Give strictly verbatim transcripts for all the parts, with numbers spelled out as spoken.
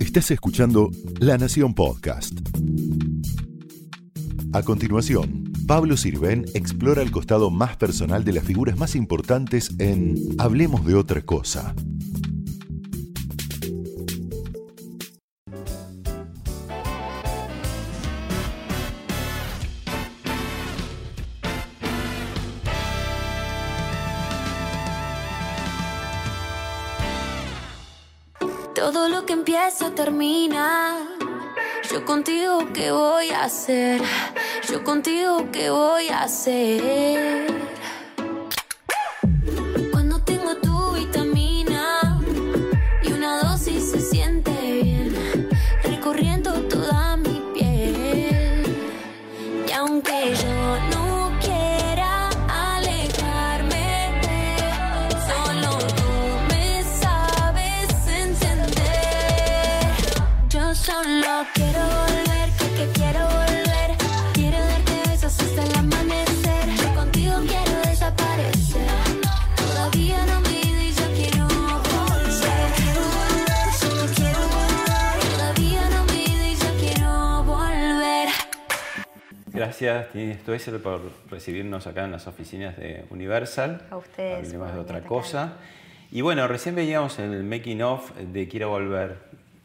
Estás escuchando La Nación Podcast. A continuación, Pablo Sirven explora el costado más personal de las figuras más importantes en Hablemos de otra cosa. Todo lo que empieza termina. Yo contigo, ¿qué voy a hacer? Yo contigo, ¿qué voy a hacer? Cuando tengo tu vitamina y una dosis se siente bien, recorriendo toda mi piel. Y aunque yo no quiera alejarme, solo tú me sabes entender. Yo solo quiero volver, que, que quiero volver. Quiero darte besos hasta el amanecer. Yo contigo quiero desaparecer. Todavía no me he ido y yo quiero volver. Solo quiero volver. Todavía no me he ido y yo quiero volver. Gracias, Tini Stoessel, por recibirnos acá en las oficinas de Universal. A ustedes. Hablemos de por otra venir cosa. acá. Y bueno, recién veíamos el making of de Quiero Volver.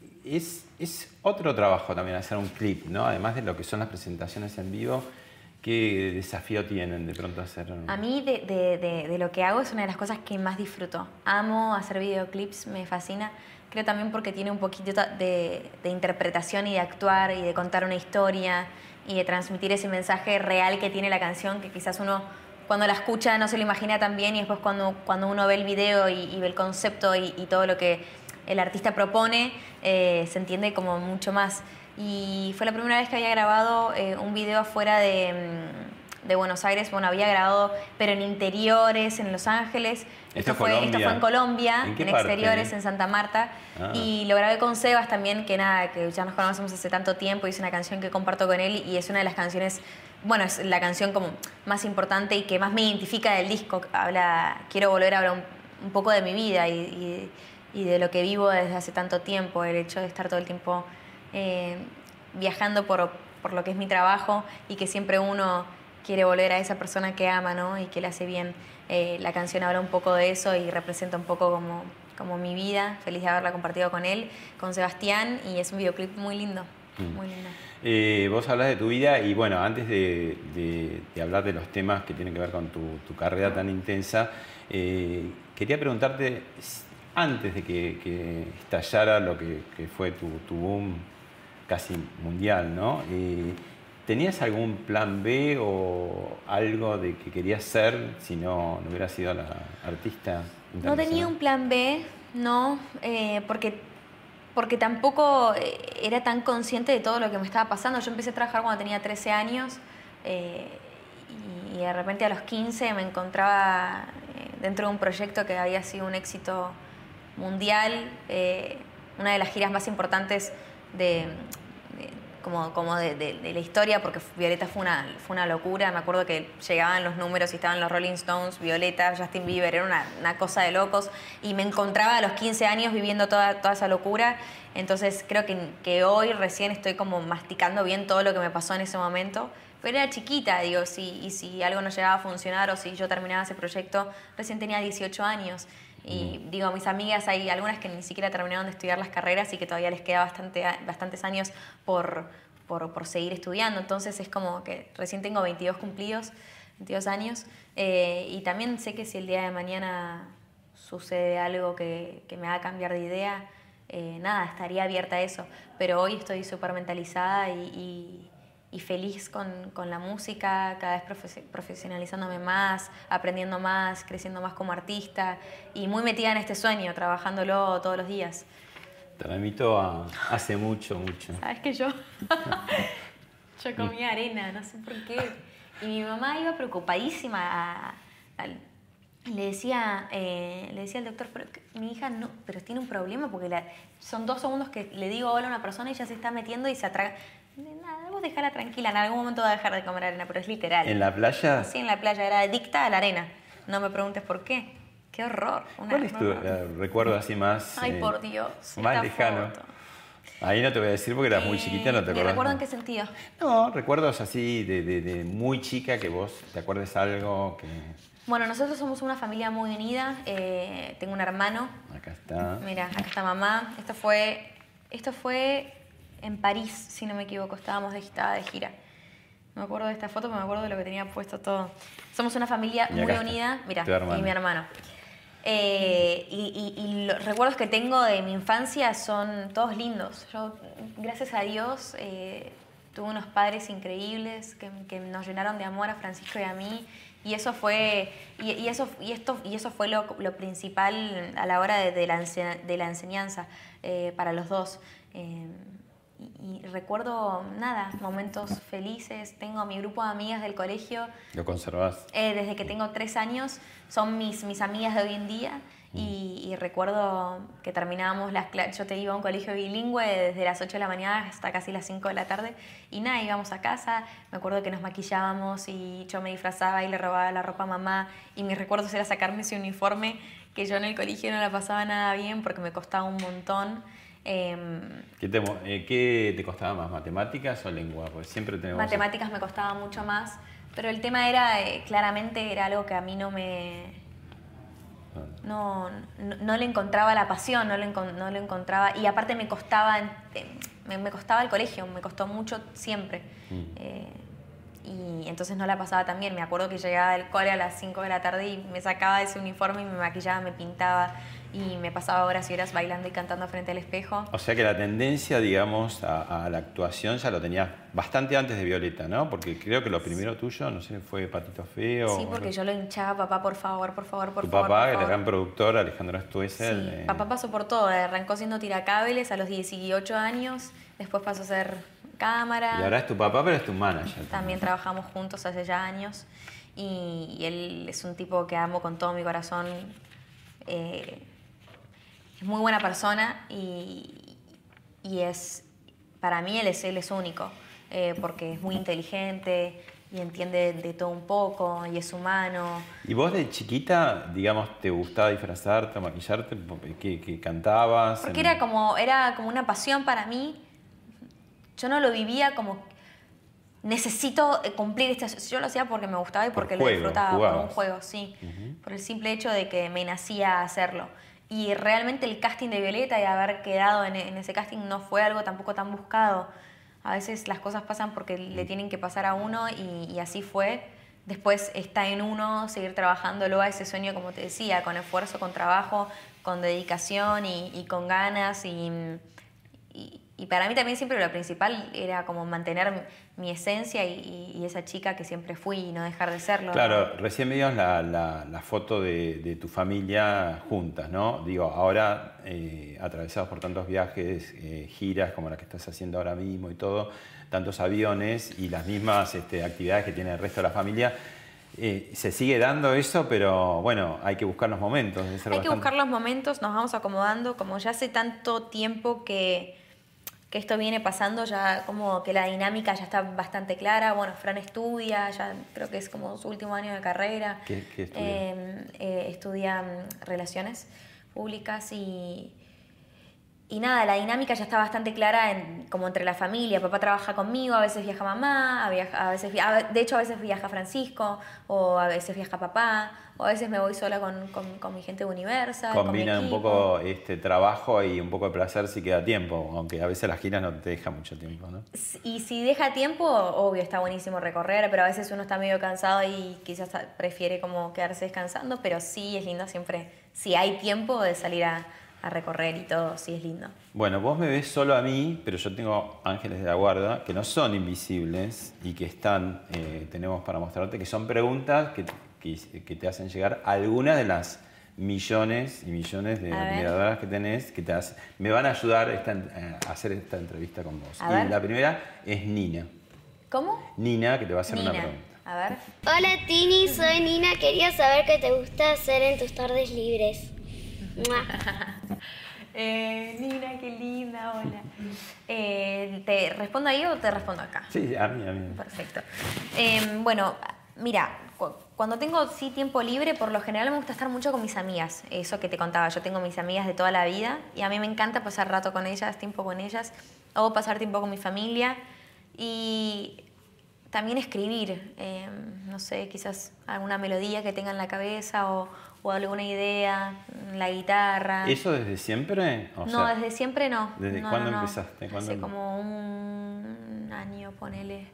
Es, es otro trabajo también hacer un clip, ¿no? Además de lo que son las presentaciones en vivo, ¿qué desafío tienen de pronto hacer? un- A mí de, de- de- de lo que hago es una de las cosas que más disfruto. Amo hacer videoclips, me fascina. Creo también porque tiene un poquito de, de interpretación y de actuar y de contar una historia y de transmitir ese mensaje real que tiene la canción, que quizás uno cuando la escucha no se lo imagina tan bien, y después cuando, cuando uno ve el video y, y ve el concepto y, y todo lo que el artista propone, eh, se entiende como mucho más. Y fue la primera vez que había grabado eh, un video afuera de, mm, de Buenos Aires. Bueno, había grabado, pero en interiores, en Los Ángeles. Esto Esto, fue, Colombia. esto fue en Colombia, ¿En en, qué parte? exteriores, en Santa Marta. Ah. Y lo grabé con Sebas también, que nada, que ya nos conocemos hace tanto tiempo. Hice una canción que comparto con él y es una de las canciones, bueno, es la canción como más importante y que más me identifica del disco. Habla, Quiero Volver, habla un, un poco de mi vida y, y, y de lo que vivo desde hace tanto tiempo. El hecho de estar todo el tiempo eh, viajando por, por lo que es mi trabajo y que siempre uno quiere volver a esa persona que ama, ¿no? Y que le hace bien. Eh, la canción habla un poco de eso y representa un poco como, como mi vida. Feliz de haberla compartido con él, con Sebastián, y es un videoclip muy lindo, Mm. muy lindo. Eh, vos hablas de tu vida y bueno, antes de, de- de hablar de los temas que tienen que ver con tu, tu carrera tan intensa, eh, quería preguntarte, s- antes de que, que estallara lo que, que fue tu, tu boom casi mundial, ¿no? Eh, ¿Tenías algún plan B o algo de que querías ser si no, no hubieras sido la artista No internacional? tenía un plan B, no, eh, porque, porque tampoco eh, era tan consciente de todo lo que me estaba pasando. Yo empecé a trabajar cuando tenía trece años eh, y, y de repente a los quince me encontraba eh, dentro de un proyecto que había sido un éxito mundial, eh, una de las giras más importantes de, de- como, como de, de- de la historia, porque Violeta fue una, fue una locura. Me acuerdo que llegaban los números y estaban los Rolling Stones, Violeta, Justin Bieber, era una, una cosa de locos, y me encontraba a los quince años viviendo toda, toda esa locura. Entonces creo que, que hoy recién estoy como masticando bien todo lo que me pasó en ese momento. Pero era chiquita, digo, si, y si algo no llegaba a funcionar o si yo terminaba ese proyecto, recién tenía dieciocho años. Y digo, mis amigas, hay algunas que ni siquiera terminaron de estudiar las carreras y que todavía les queda bastante, bastantes años por, por, por seguir estudiando. Entonces es como que recién tengo veintidós cumplidos, veintidós años. Eh, y también sé que si el día de mañana sucede algo que, que me haga cambiar de idea, eh, nada, estaría abierta a eso. Pero hoy estoy súper mentalizada y, y y feliz con, con la música, cada vez profe- profesionalizándome más, aprendiendo más, creciendo más como artista y muy metida en este sueño, trabajándolo todos los días. Te remito a hace mucho, mucho. ¿Sabes que yo? Yo comía arena, no sé por qué. Y mi mamá iba preocupadísima. A, al- le, decía, eh, le decía al doctor, pero que- mi hija no, pero tiene un problema porque la- son dos segundos que le digo hola a una persona y ya se está metiendo y se atraga. Nada, vos dejala tranquila, en algún momento va a dejar de comer arena, pero es literal. ¿En la playa? Sí, en la playa, era adicta a la arena. No me preguntes por qué. Qué horror. Una- ¿Cuál es tu no, no. eh, recuerdo así más, Ay, eh, por Dios. más esta lejano? foto. Ahí no te voy a decir porque eras muy Eh, chiquita, no te ¿Me acuerdas. recuerdo en qué sentido? No, recuerdos así de, de, de muy chica que vos te acuerdes algo que... Bueno, nosotros somos una familia muy unida. Eh, tengo un hermano. Acá está. Mira, acá está mamá. Esto fue, esto fue en París, si no me equivoco. Estábamos de, estaba de gira. No me acuerdo de esta foto, pero me acuerdo de lo que tenía puesto todo. Somos una familia Y muy acá está, unida. Mira, tu hermano. y mi hermano. Eh, y, y- y los recuerdos que tengo de mi infancia son todos lindos. Yo, gracias a Dios, eh, tuve unos padres increíbles que, que nos llenaron de amor a Francisco y a mí. Y eso fue, y, y eso, y esto, y eso fue lo, lo principal a la hora de, de, la, ense- de la enseñanza eh, para los dos. Eh, y, y recuerdo, nada, momentos felices. Tengo a mi grupo de amigas del colegio. ¿Lo conservás? Eh, desde que tengo tres años, son mis, mis amigas de hoy en día. Y, y recuerdo que terminábamos las clases. Yo te iba a un colegio bilingüe desde las ocho de la mañana hasta casi las cinco de la tarde. Y nada, íbamos a casa. Me acuerdo que nos maquillábamos y yo me disfrazaba y le robaba la ropa a mamá. Y mis recuerdos era sacarme ese uniforme que yo en el colegio no la pasaba nada bien porque me costaba un montón. Eh, ¿Qué te, mo- eh, ¿Qué te costaba más, matemáticas o lengua? Porque siempre tenemos... Matemáticas me costaba mucho más. Pero el tema era, eh, claramente, era algo que a mí no me... No, no, no le encontraba la pasión, no le, encon- no le encontraba... Y aparte me costaba, eh, me, me costaba el colegio, me costó mucho siempre. Mm. Eh, y entonces no la pasaba tan bien. Me acuerdo que llegaba del cole a las cinco de la tarde y me sacaba ese uniforme y me maquillaba, me pintaba y me pasaba horas y horas bailando y cantando frente al espejo. O sea que la tendencia, digamos, a, a la actuación ya lo tenías bastante antes de Violeta, ¿no? Porque creo que lo primero tuyo, no sé, fue Patito Feo. Sí, porque yo lo hinchaba, papá, por favor, por favor, por Tu favor. papá, por el favor. gran productor, Alejandro Stuessel. Sí, eh, papá pasó por todo. Arrancó siendo tiracables a los dieciocho años, después pasó a ser cámara. Y ahora es tu papá, pero es tu manager. También trabajamos juntos hace ya años. Y, y él es un tipo que amo con todo mi corazón. Eh, es muy buena persona y, y es, para mí él es, él es único, eh, porque es muy inteligente y entiende de todo un poco y es humano. ¿Y vos de chiquita, digamos, te gustaba disfrazarte o maquillarte? ¿Qué, qué cantabas? Porque En- era como, era como una pasión para mí. Yo no lo vivía como necesito eh, cumplir este... Yo lo hacía porque me gustaba y Por porque juego, lo disfrutaba, jugabas. por un juego, sí. Ujú. Por el simple hecho de que me nacía hacerlo. Y realmente el casting de Violeta y haber quedado en, en ese casting no fue algo tampoco tan buscado. A veces las cosas pasan porque le tienen que pasar a uno y, y así fue. Después está en uno seguir trabajándolo a ese sueño, como te decía, con esfuerzo, con trabajo, con dedicación y, y con ganas. Y, y, y para mí también siempre lo principal era como mantener mi esencia y, y esa chica que siempre fui y no dejar de serlo. Claro, recién veíamos la, la, la foto de, de tu familia juntas, ¿no? Digo, ahora eh, atravesados por tantos viajes, eh, giras como la que estás haciendo ahora mismo y todo, tantos aviones y las mismas este, actividades que tiene el resto de la familia, eh, se sigue dando eso, pero bueno, hay que buscar los momentos. Debe ser Hay que bastante- buscar los momentos, nos vamos acomodando, como ya hace tanto tiempo que, que esto viene pasando, ya como que la dinámica ya está bastante clara. Bueno, Fran estudia, ya creo que es como su último año de carrera. ¿Qué- qué estudia? Eh, eh, estudia mm, Relaciones Públicas y... Y nada, la dinámica ya está bastante clara en, como entre la familia. Papá trabaja conmigo, a veces viaja mamá, a, viaja, a veces via- a- de hecho a veces viaja Francisco, o a veces viaja papá, o a veces me voy sola con, con, con mi gente de Universal. Combina con mi un equipo. poco este trabajo y un poco de placer si queda tiempo, aunque a veces las giras no te dejan mucho tiempo, ¿no? Y si deja tiempo, obvio, está buenísimo recorrer, pero a veces uno está medio cansado y quizás prefiere como quedarse descansando, pero sí es lindo siempre, si hay tiempo de salir a, a recorrer y todo, sí es lindo. Bueno, vos me ves solo a mí, pero yo tengo ángeles de la guarda que no son invisibles y que están, eh, tenemos para mostrarte, que son preguntas que, que, que te hacen llegar a algunas de las millones y millones de A ver. admiradoras que tenés, que te hace- me van a ayudar esta en- eh, a hacer esta entrevista con vos. A y ver. la primera es Nina. ¿Cómo? Nina, que te va a hacer una Nina. pregunta. A ver. Hola Tini, soy Nina. Quería saber qué te gusta hacer en tus tardes libres. ¡Mua! Eh, Nina, qué linda, hola. Eh, ¿Te respondo ahí o te respondo acá? Sí, a mí, a mí. Perfecto. Eh, bueno, mira, cu- cuando tengo sí tiempo libre, por lo general me gusta estar mucho con mis amigas. Eso que te contaba, yo tengo mis amigas de toda la vida y a mí me encanta pasar rato con ellas, tiempo con ellas, o pasar tiempo con mi familia y también escribir, eh, no sé, quizás alguna melodía que tenga en la cabeza o, o alguna idea, la guitarra. ¿Eso desde siempre? O no, sea, desde siempre no. ¿Desde no, cuándo no, no. empezaste? ¿Cuándo Hace em- como un año, ponele.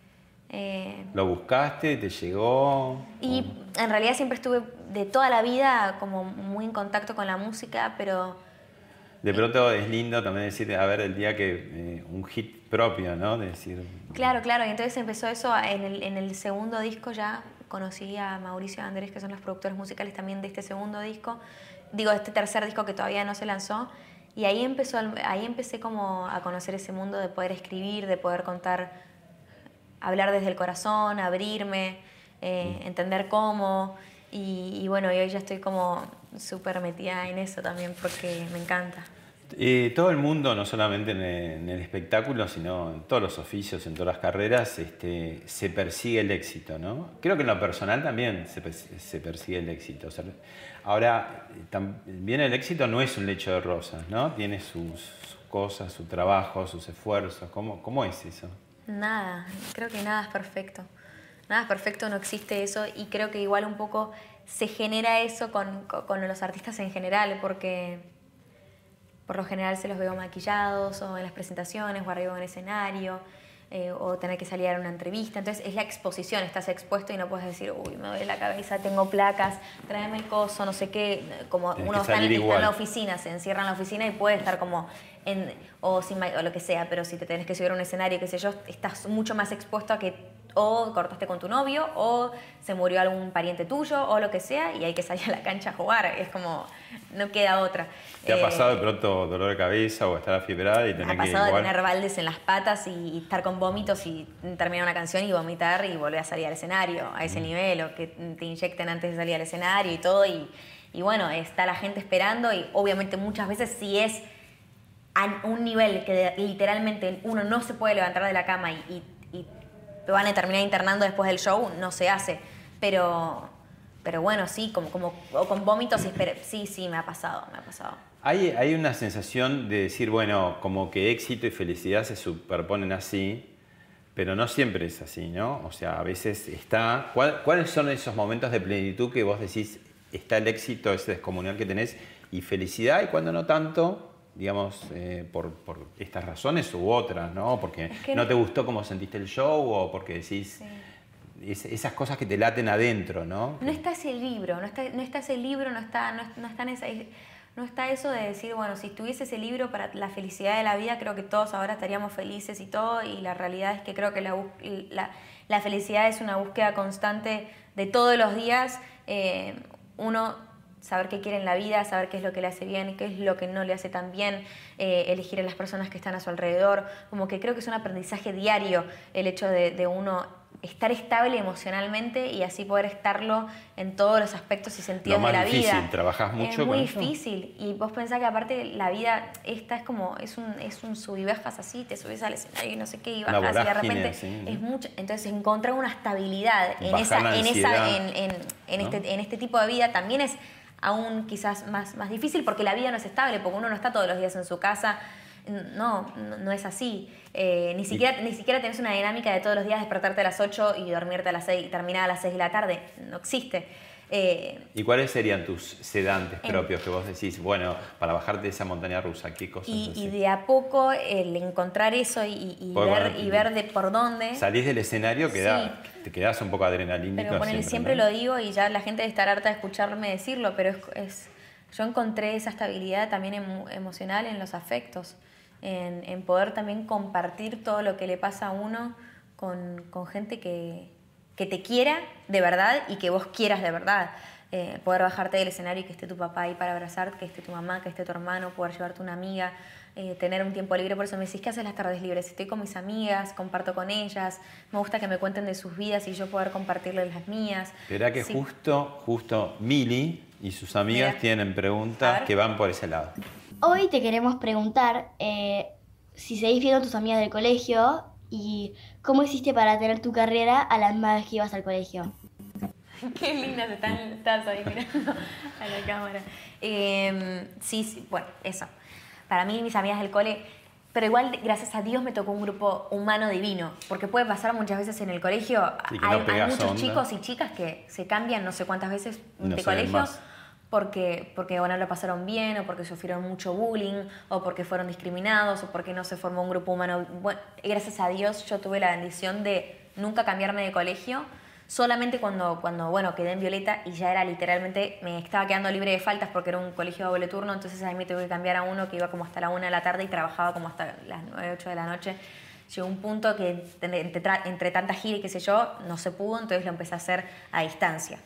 Eh, ¿Lo buscaste? ¿Te llegó? y en realidad siempre estuve de toda la vida como muy en contacto con la música, pero De pronto es lindo también decir, a ver, el día que eh, un hit propio, ¿no? De decir, claro, claro, y entonces empezó eso en el, en el segundo disco ya. Conocí a Mauricio y Andrés, que son los productores musicales también de este segundo disco, digo, este tercer disco que todavía no se lanzó, y ahí empezó, ahí empecé como a conocer ese mundo de poder escribir, de poder contar, hablar desde el corazón, abrirme, eh, entender cómo, y, y bueno, y hoy ya estoy como súper metida en eso también porque me encanta. Eh, todo el mundo, no solamente en el, en el espectáculo, sino en todos los oficios, en todas las carreras, este, se persigue el éxito, ¿no? Creo que en lo personal también se, se persigue el éxito. O sea, ahora, también el éxito no es un lecho de rosas, ¿no? Tiene sus, sus cosas, su trabajo, sus esfuerzos. ¿Cómo, cómo es eso? Nada, creo que nada es perfecto. Nada es perfecto, no existe eso, y creo que igual un poco se genera eso con, con, con los artistas en general, porque por lo general se los veo maquillados o en las presentaciones o arriba en el escenario, eh, o tener que salir a una entrevista. Entonces es la exposición, estás expuesto y no puedes decir, uy, me duele la cabeza, tengo placas, tráeme el coso, no sé qué. Como Tienes uno que está en, salir está en la igual. oficina, se encierra en la oficina y puede estar como en, o, sin, ma- o lo que sea, pero si te tenés que subir a un escenario, qué sé yo, estás mucho más expuesto a que o cortaste con tu novio, o se murió algún pariente tuyo, o lo que sea, y hay que salir a la cancha a jugar. Es como, no queda otra. ¿Te ha Eh, pasado de pronto dolor de cabeza o estar afiebrada y Me tener ha que pasado de igual? tener baldes en las patas y, y estar con vómitos y terminar una canción y vomitar y volver a salir al escenario a ese nivel, o que te inyecten antes de salir al escenario y todo. Y, y bueno, está la gente esperando, y obviamente muchas veces si es a un nivel que de- literalmente uno no se puede levantar de la cama y, y, y te van a terminar internando después del show, no se hace. Pero, pero bueno, sí, como, como, o con vómitos, y esper- sí, sí, me ha pasado, me ha pasado. Hay, hay una sensación de decir, bueno, como que éxito y felicidad se superponen así, pero no siempre es así, ¿no? O sea, a veces está... ¿cuál- ¿Cuáles son esos momentos de plenitud que vos decís, está el éxito, ese descomunal que tenés, y felicidad, y cuando no tanto, digamos, eh, por, por estas razones u otras, ¿no? Porque Es que no no- te gustó cómo sentiste el show, o porque decís... es- esas cosas que te laten adentro, ¿no? No está ese libro, no está, no está ese libro, no está, no, no está en esa, no está eso de decir, bueno, si tuviese ese libro para la felicidad de la vida, creo que todos ahora estaríamos felices y todo, y la realidad es que creo que la, bus- la, la felicidad es una búsqueda constante de todos los días. Eh, uno saber qué quiere en la vida, saber qué es lo que le hace bien, qué es lo que no le hace tan bien, eh, elegir a las personas que están a su alrededor. Como que creo que es un aprendizaje diario el hecho de, de uno estar estable emocionalmente y así poder estarlo en todos los aspectos y sentidos Lo más de la difícil, vida. ¿trabajás mucho Es muy con eso? difícil, y vos pensás que aparte la vida esta es como, es un, es un sub y bajas así, te subís al escenario y no sé qué, y Una bajas, y de vorágine, repente sí. es mucho. Entonces encontrar una estabilidad en Bajar esa, la en esa, ansiedad, en, en, en ¿no? este, en este tipo de vida también es aún quizás más, más difícil, porque la vida no es estable, porque uno no está todos los días en su casa. No, no, no es así. Eh, ni, siquiera, ni siquiera tenés una dinámica de todos los días despertarte a las ocho y dormirte a las seis y terminar a las seis de la tarde. No existe. Eh, ¿Y cuáles serían tus sedantes En- propios que vos decís, bueno, para bajarte de esa montaña rusa, qué cosas y, así? y de a poco el encontrar eso y, y Porque, ver, bueno, y ver de por dónde. Salís del escenario, queda, te quedás un poco adrenalínico. Pero ponele, siempre ¿no? lo digo y ya la gente debe estar harta de escucharme decirlo, pero es, es- yo encontré esa estabilidad también emo- emocional en los afectos, en, en poder también compartir todo lo que le pasa a uno con, con gente que, que te quiera de verdad y que vos quieras de verdad. Eh, poder bajarte del escenario y que esté tu papá ahí para abrazarte, que esté tu mamá, que esté tu hermano, poder llevarte una amiga, eh, tener un tiempo libre. Por eso me decís, ¿qué haces las tardes libres? Estoy con mis amigas, comparto con ellas, me gusta que me cuenten de sus vidas y yo poder compartirles las mías. Verá que Sí. justo, justo Mili y sus amigas Mira. tienen A preguntas ver. que van por ese lado. Hoy te queremos preguntar eh, si seguís viendo a tus amigas del colegio y cómo hiciste para tener tu carrera a la misma vez que ibas al colegio. Qué linda te están, estás ahí mirando a la cámara. Eh, sí, sí, bueno, eso. Para mí, mis amigas del cole, pero igual, gracias a Dios, me tocó un grupo humano divino, porque puede pasar muchas veces en el colegio, sí, que hay, no hay muchos onda. chicos y chicas que se cambian no sé cuántas veces No de se ven colegio, más. porque, porque bueno, lo pasaron bien, o porque sufrieron mucho bullying, o porque fueron discriminados, o porque no se formó un grupo humano. Bueno, gracias a Dios yo tuve la bendición de nunca cambiarme de colegio, solamente cuando, cuando bueno, quedé en Violeta y ya era literalmente, me estaba quedando libre de faltas porque era un colegio de doble turno, entonces ahí me tuve que cambiar a uno que iba como hasta la una de la tarde y trabajaba como hasta las nueve, ocho de la noche. Llegó un punto que entre, entre tanta gira y qué sé yo, no se pudo, entonces lo empecé a hacer a distancia.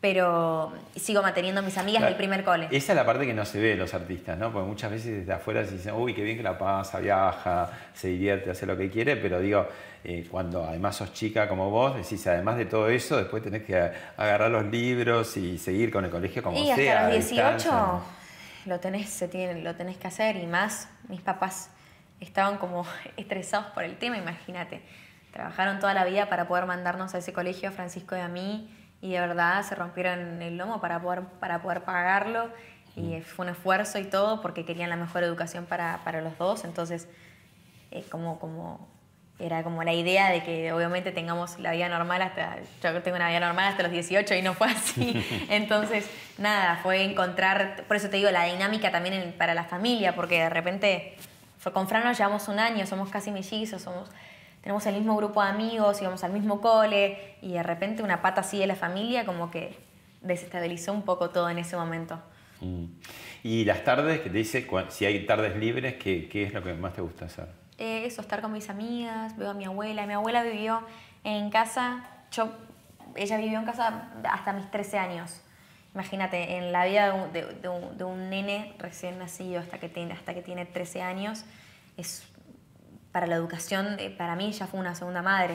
Pero sigo manteniendo a mis amigas Claro, del primer cole. Esa es la parte que no se ve de los artistas, ¿no? Porque muchas veces desde afuera se dicen, uy, qué bien que la pasa, viaja, se divierte, hace lo que quiere, pero digo, eh, cuando además sos chica como vos, decís, además de todo eso, después tenés que agarrar los libros y seguir con el colegio como y sea. hasta los a dieciocho distancia. lo tenés, se tiene, lo tenés que hacer, y más mis papás estaban como estresados por el tema, imagínate. Trabajaron toda la vida para poder mandarnos a ese colegio, a Francisco y a mí, y de verdad se rompieron el lomo para poder, para poder pagarlo, y fue un esfuerzo y todo porque querían la mejor educación para, para los dos. Entonces eh, como, como era como la idea de que obviamente tengamos la vida normal hasta, yo tengo una vida normal hasta los dieciocho y no fue así. Entonces nada, fue encontrar, por eso te digo, la dinámica también en, para la familia, porque de repente fue, con Fran nos llevamos un año, somos casi mellizos, somos... Tenemos el mismo grupo de amigos, íbamos al mismo cole, y de repente una pata así de la familia como que desestabilizó un poco todo en ese momento. Mm. Y las tardes, que te dice, si hay tardes libres, ¿qué, qué es lo que más te gusta hacer? Eh, eso, estar con mis amigas, veo a mi abuela. Mi abuela vivió en casa, yo, ella vivió en casa hasta mis trece años. Imagínate, en la vida de un, de, de un, de un nene recién nacido hasta que, tiene, hasta que tiene trece años, es... Para la educación, para mí ya fue una segunda madre.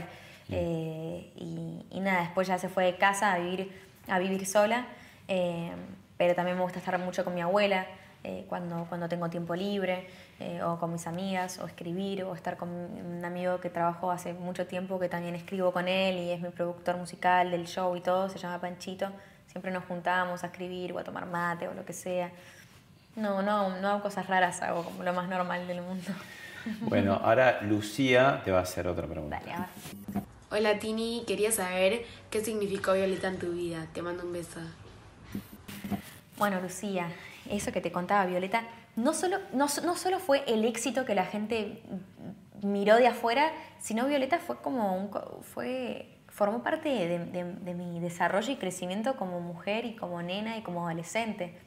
Eh, y, y nada, después ya se fue de casa a vivir, a vivir sola. Eh, pero también me gusta estar mucho con mi abuela eh, cuando, cuando tengo tiempo libre, eh, o con mis amigas, o escribir, o estar con un amigo que trabajo hace mucho tiempo, que también escribo con él y es mi productor musical del show y todo, se llama Panchito. Siempre nos juntábamos a escribir o a tomar mate o lo que sea. No, no, no hago cosas raras, hago como lo más normal del mundo. Bueno, ahora Lucía te va a hacer otra pregunta. Dale, a ver. Hola Tini, quería saber qué significó Violeta en tu vida. Te mando un beso. Bueno, Lucía, eso que te contaba Violeta, no solo, no, no solo fue el éxito que la gente miró de afuera, sino Violeta fue como un, fue, formó parte de, de, de mi desarrollo y crecimiento como mujer y como nena y como adolescente.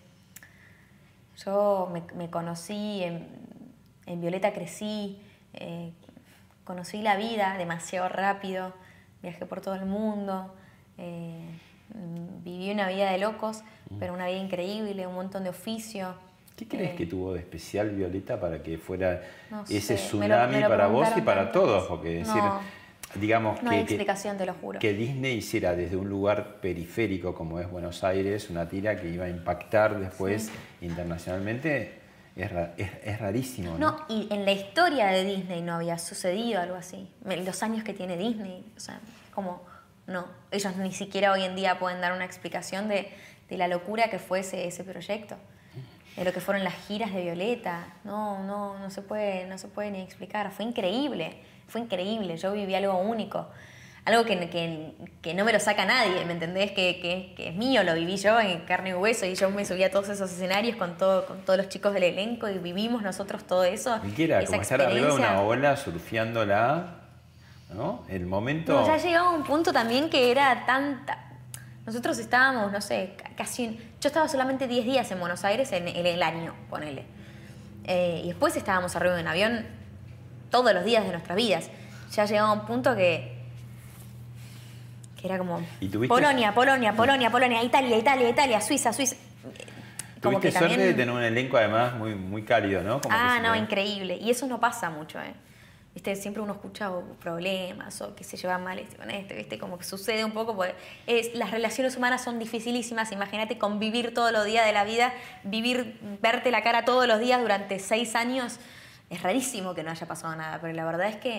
Yo me, me conocí, en, en Violeta crecí, eh, conocí la vida demasiado rápido, viajé por todo el mundo, eh, viví una vida de locos, pero una vida increíble, un montón de oficio. ¿Qué crees eh, que tuvo de especial Violeta para que fuera no ese sé, tsunami me lo- me lo para vos y preguntaron para tantas todos? veces. Porque decir, No, digamos no hay que, que, explicación, te lo juro. que Disney hiciera desde un lugar periférico como es Buenos Aires una tira que iba a impactar después internacionalmente, es, ra- es, es rarísimo, ¿no? No, y en la historia de Disney no había sucedido algo así. En los años que tiene Disney, o sea, como, no. Ellos ni siquiera hoy en día pueden dar una explicación de, de la locura que fue ese, ese proyecto. De lo que fueron las giras de Violeta. No, no, no se puede, no se puede ni explicar. Fue increíble, fue increíble. Yo viví algo único. Algo que, que, que no me lo saca nadie, ¿me entendés? Que, que, que es mío, lo viví yo en carne y hueso, y yo me subí a todos esos escenarios con, todo, con todos los chicos del elenco y vivimos nosotros todo eso. ¿Y qué era? esa Como estar arriba de una experiencia. ola surfeándola, ¿no? El momento... No, ya llegaba un punto también que era tanta... Nosotros estábamos, no sé, ca- casi... en- Yo estaba solamente diez días en Buenos Aires en el, el año, ponele. Eh, y después estábamos arriba de un avión todos los días de nuestras vidas. Ya llegaba un punto que... que era como... ¿Y tuviste- Polonia, Polonia, Polonia, Polonia, Italia, Italia, Italia, Suiza, Suiza. Como Tuviste que suerte también... de tener un elenco además muy, muy cálido, ¿no? Como Ah, que se no, ve. increíble. Y eso no pasa mucho, ¿eh? ¿Viste? Siempre uno escucha o, problemas o que se lleva mal este con este, ¿viste? Como que sucede un poco, porque es, las relaciones humanas son dificilísimas. Imagínate convivir todos los días de la vida, vivir, verte la cara todos los días durante seis años. Es rarísimo que no haya pasado nada, pero la verdad es que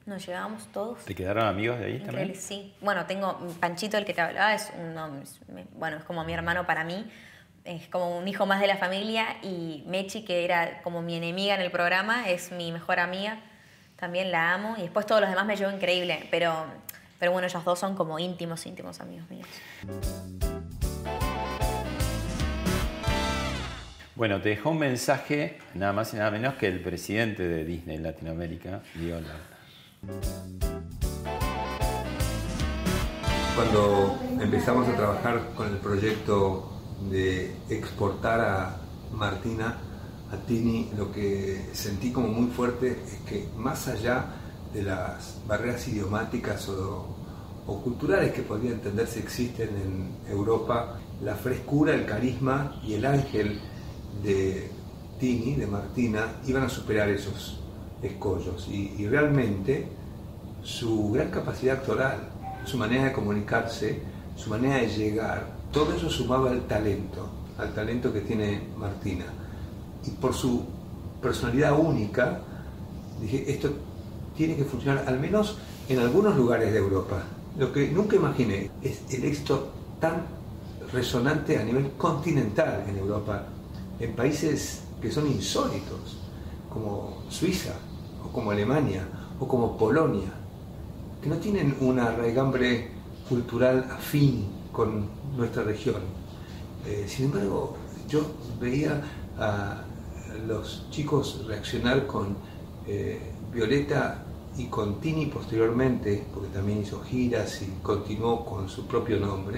Nos llevábamos todos. ¿Te quedaron amigos de ahí Increíble, también? sí. Bueno, tengo Panchito, el que te hablaba, es uno, bueno, es como mi hermano para mí, es como un hijo más de la familia, y Mechi, que era como mi enemiga en el programa, es mi mejor amiga, también la amo, y después todos los demás me llevo increíble, pero, pero bueno, ellos dos son como íntimos, íntimos amigos míos. Bueno, te dejó un mensaje, nada más y nada menos que el presidente de Disney Latinoamérica, Diego Lerner. Cuando empezamos a trabajar con el proyecto de exportar a Martina a Tini, lo que sentí como muy fuerte es que más allá de las barreras idiomáticas o, o culturales que podría entenderse existen en Europa, la frescura, el carisma y el ángel de Tini, de Martina, iban a superar esos escollos, y, y realmente su gran capacidad actoral, su manera de comunicarse, su manera de llegar, todo eso sumaba al talento, al talento que tiene Martina. Y por su personalidad única, dije, esto tiene que funcionar al menos en algunos lugares de Europa. Lo que nunca imaginé es el éxito tan resonante a nivel continental en Europa, en países que son insólitos, como Suiza, o como Alemania, o como Polonia, que no tienen una raigambre cultural afín con nuestra región. Eh, sin embargo, yo veía a los chicos reaccionar con eh, Violeta y con Tini posteriormente, porque también hizo giras y continuó con su propio nombre,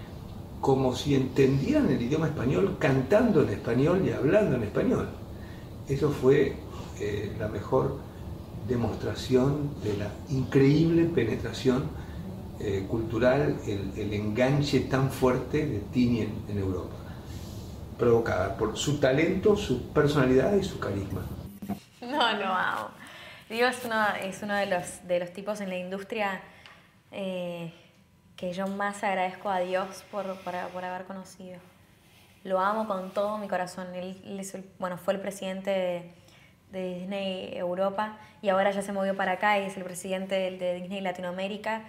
como si entendieran el idioma español, cantando en español y hablando en español. Eso fue eh, la mejor demostración de la increíble penetración eh, cultural, el, el enganche tan fuerte de Tini en, en Europa, provocada por su talento, su personalidad y su carisma. No, lo amo. Diego es uno, es uno de, los, de los tipos en la industria eh, que yo más agradezco a Dios por, por, por haber conocido. Lo amo con todo mi corazón. Él, él es el, bueno, fue el presidente de, de Disney Europa y ahora ya se movió para acá y es el presidente de, de Disney Latinoamérica.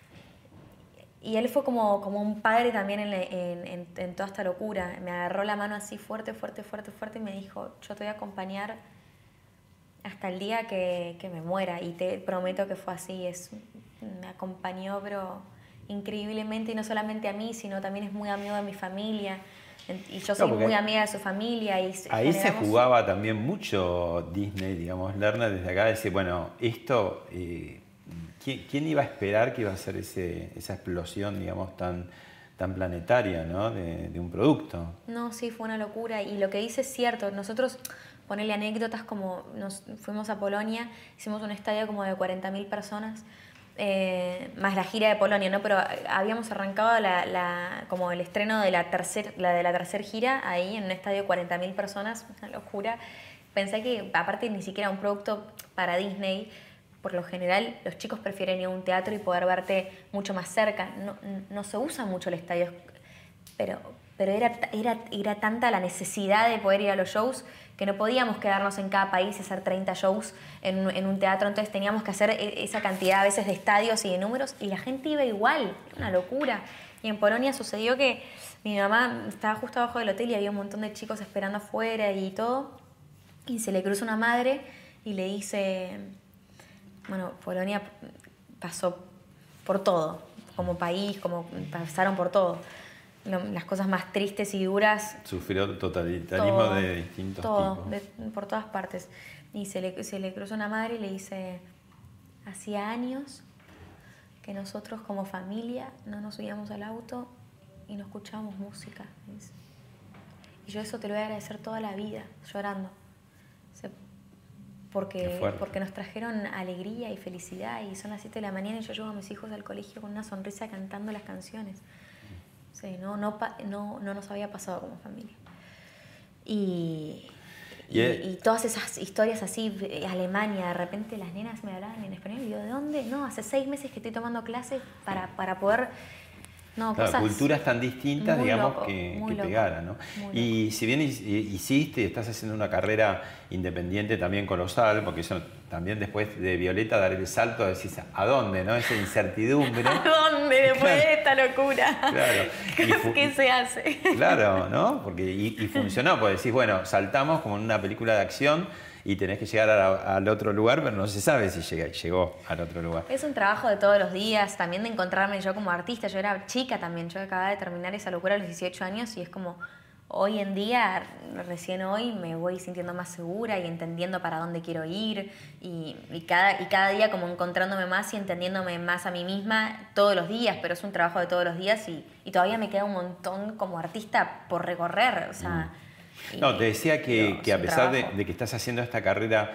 Y él fue como, como un padre también en, en, en, en toda esta locura. Me agarró la mano así fuerte, fuerte, fuerte, fuerte y me dijo, yo te voy a acompañar hasta el día que, que me muera. Y te prometo que fue así. Es, me acompañó, pero increíblemente, y no solamente a mí, sino también es muy amigo de mi familia. Y yo soy no, muy amiga de su familia. Y ahí generamos... se jugaba también mucho Disney, digamos, Lerner desde acá, decir, bueno, esto... Eh, ¿quién, ¿Quién iba a esperar que iba a ser ese, esa explosión, digamos, tan, tan planetaria, ¿no? de, de un producto? No, sí, fue una locura. Y lo que dice es cierto. Nosotros, ponerle anécdotas como nos fuimos a Polonia, hicimos un estadio como de cuarenta mil personas, Eh, más la gira de Polonia, ¿no? Pero habíamos arrancado la, la, como el estreno de la tercera la de la tercer gira ahí en un estadio de cuarenta mil personas, una locura. Pensé que aparte ni siquiera un producto para Disney, por lo general los chicos prefieren ir a un teatro y poder verte mucho más cerca. No, no se usa mucho el estadio, pero, pero era, era, era tanta la necesidad de poder ir a los shows que no podíamos quedarnos en cada país y hacer treinta shows en, en un teatro, entonces teníamos que hacer esa cantidad a veces de estadios y de números y la gente iba igual, era una locura. Y en Polonia sucedió que mi mamá estaba justo abajo del hotel y había un montón de chicos esperando afuera y todo, y se le cruza una madre y le dice, bueno, Polonia pasó por todo, como país, como pasaron por todo. Las cosas más tristes y duras. Sufrió totalitarismo todo, de distintos todo, tipos. De, por todas partes. Y se le, se le cruza una madre y le dice, hacía años que nosotros como familia no nos subíamos al auto y no escuchábamos música. Y yo eso te lo voy a agradecer toda la vida, llorando. O sea, porque, porque nos trajeron alegría y felicidad y son las siete de la mañana y yo llevo a mis hijos al colegio con una sonrisa cantando las canciones. Sí, no, no, no, no nos había pasado como familia. Y, y, y todas esas historias así, Alemania, de repente las nenas me hablaban en español y yo, ¿de dónde? No, hace seis meses que estoy tomando clases para, para poder No, claro, cosas culturas tan distintas, muy digamos, loco, que, muy que loco, pegaran, ¿no? muy Y si bien hiciste y estás haciendo una carrera independiente también colosal, porque eso también después de Violeta dar el salto, decís, ¿a dónde, no? Esa incertidumbre. ¿A dónde después Claro. de esta locura? Claro. Y fu- ¿Qué se hace? Claro, ¿no? Porque, y, y funcionó, porque decís, bueno, saltamos como en una película de acción y tenés que llegar a- al otro lugar, pero no se sabe si llega, llegó al otro lugar. Es un trabajo de todos los días, también de encontrarme yo como artista. Yo era chica también, yo acababa de terminar esa locura a los dieciocho años y es como hoy en día, recién hoy, me voy sintiendo más segura y entendiendo para dónde quiero ir y, y, cada, y cada día como encontrándome más y entendiéndome más a mí misma todos los días, pero es un trabajo de todos los días y, y todavía me queda un montón como artista por recorrer, o sea... Mm. No, te decía que, no, que es a un pesar de, trabajo. de que estás haciendo esta carrera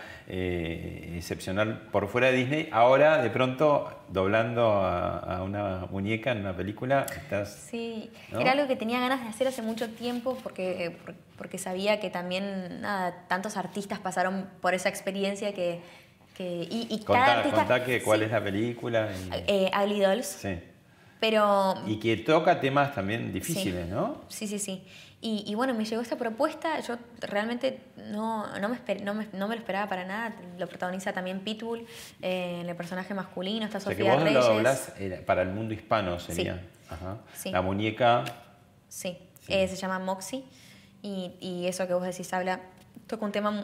eh, excepcional por fuera de Disney, ahora de pronto doblando a, a una muñeca en una película, estás... Sí, ¿no? era algo que tenía ganas de hacer hace mucho tiempo porque, porque sabía que también nada, tantos artistas pasaron por esa experiencia que... que y, y cada Contá, artista... contá que, cuál sí, es la película. Y, eh, Ugly Dolls, sí. pero... Y que toca temas también difíciles, Sí. ¿no? Sí, sí, sí. Y, y bueno, me llegó esta propuesta, yo realmente no, no, me, esper- no, me, no me lo esperaba para nada. Lo protagoniza también Pitbull, eh, el personaje masculino, está O sea, que Sofía vos Reyes. lo doblás eh, para el mundo hispano, sería. Sí. Ajá. Sí. La muñeca... Sí, Sí. eh, se llama Moxie y, y eso que vos decís habla, toca un tema mm,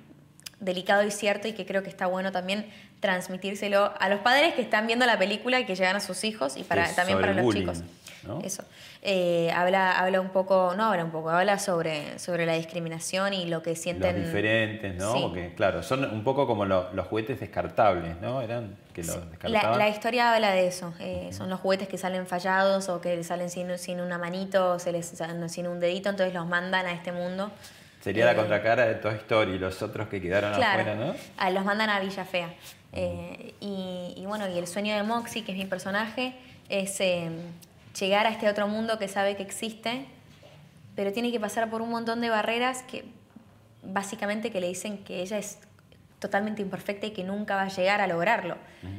delicado y cierto y que creo que está bueno también transmitírselo a los padres que están viendo la película y que llegan a sus hijos y para, Es también sobre para el los bullying, chicos. ¿no? Eso. Eh, habla, habla un poco, no habla un poco, habla sobre, sobre la discriminación y lo que sienten. Los diferentes, ¿no? Sí. Porque, claro, son un poco como lo- los juguetes descartables, ¿no? Eran que los Sí. descartaban. La, la historia habla de eso. Eh, son los juguetes que salen fallados o que salen sin, sin una manito o se les, sin un dedito, entonces los mandan a este mundo. Sería la Eh, contracara de Toy Story y los otros que quedaron Claro, afuera, ¿no? ah, los mandan a Villa Fea. Eh, y, y bueno, y el sueño de Moxie, que es mi personaje, es eh, llegar a este otro mundo que sabe que existe, pero tiene que pasar por un montón de barreras que básicamente que le dicen que ella es totalmente imperfecta y que nunca va a llegar a lograrlo.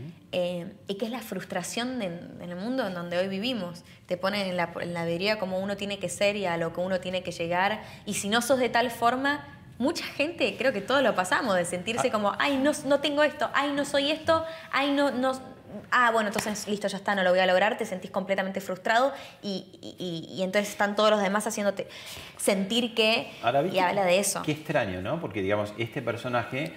Eh, y que es la frustración de- en el mundo en donde hoy vivimos. Te ponen en la, en la deriva como uno tiene que ser y a lo que uno tiene que llegar. Y si no sos de tal forma, mucha gente, creo que todos lo pasamos, de sentirse como, ay, no, no tengo esto, ay, no soy esto, ay, no, no... Ah, bueno, entonces listo, ya está, no lo voy a lograr, te sentís completamente frustrado y, y- y- y entonces están todos los demás haciéndote sentir que... Ahora, ¿viste? Y habla de eso. Qué extraño, ¿no? Porque, digamos, este personaje,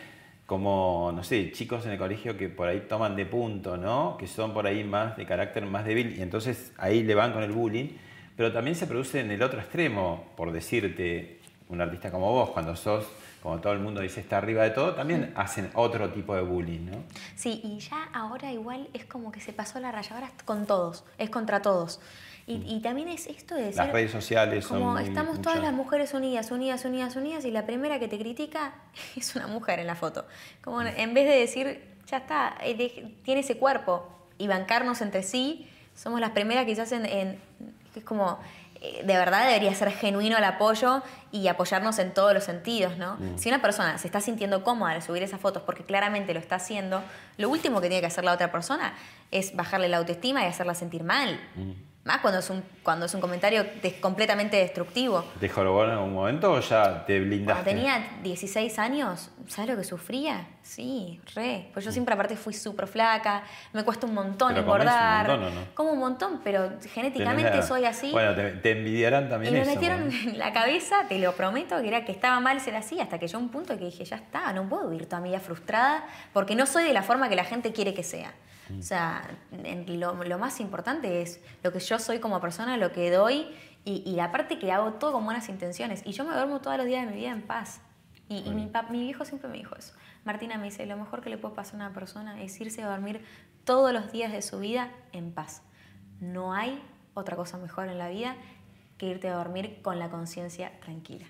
como, no sé, chicos en el colegio que por ahí toman de punto, ¿no? Que son por ahí más de carácter más débil y entonces ahí le van con el bullying, pero también se produce en el otro extremo, por decirte, un artista como vos, cuando sos, como todo el mundo dice, está arriba de todo, también hacen otro tipo de bullying, ¿no? Sí, y ya ahora igual es como que se pasó la raya, ahora es con todos, es contra todos. Y, y también es esto de decir... Las redes sociales son como muy- estamos mucho- todas las mujeres unidas, unidas, unidas, unidas, y la primera que te critica es una mujer en la foto. Como en vez de decir, ya está, eh, de- tiene ese cuerpo, y bancarnos entre sí, somos las primeras quizás en... en es como... eh, De verdad debería ser genuino el apoyo y apoyarnos en todos los sentidos, ¿no? Si una persona se está sintiendo cómoda al subir esas fotos porque claramente lo está haciendo, lo último que tiene que hacer la otra persona es bajarle la autoestima y hacerla sentir mal. Más cuando es un, cuando es un comentario des- completamente destructivo. ¿Te jorobó en algún momento o ya te blindaste? Cuando tenía dieciséis años, ¿sabes lo que sufría? Sí, re. Pues yo siempre aparte fui súper flaca, me cuesta un montón ¿Pero comés un engordar. montón o no? Como un montón, pero Tenés genéticamente la- soy así. Bueno, te, te envidiarán Y también me eso. metieron ¿no? en la cabeza, te lo prometo, que era que estaba mal ser así, hasta que yo un punto que dije, ya está, no puedo vivir toda mi vida frustrada, porque no soy de la forma que la gente quiere que sea. O sea, en lo, lo más importante es lo que yo soy como persona, lo que doy y, y la parte que hago todo con buenas intenciones. Y yo me duermo todos los días de mi vida en paz. Y, y mi, pap- mi viejo siempre me dijo eso. Martina me dice, lo mejor que le puede pasar a una persona es irse a dormir todos los días de su vida en paz. No hay otra cosa mejor en la vida que irte a dormir con la conciencia tranquila.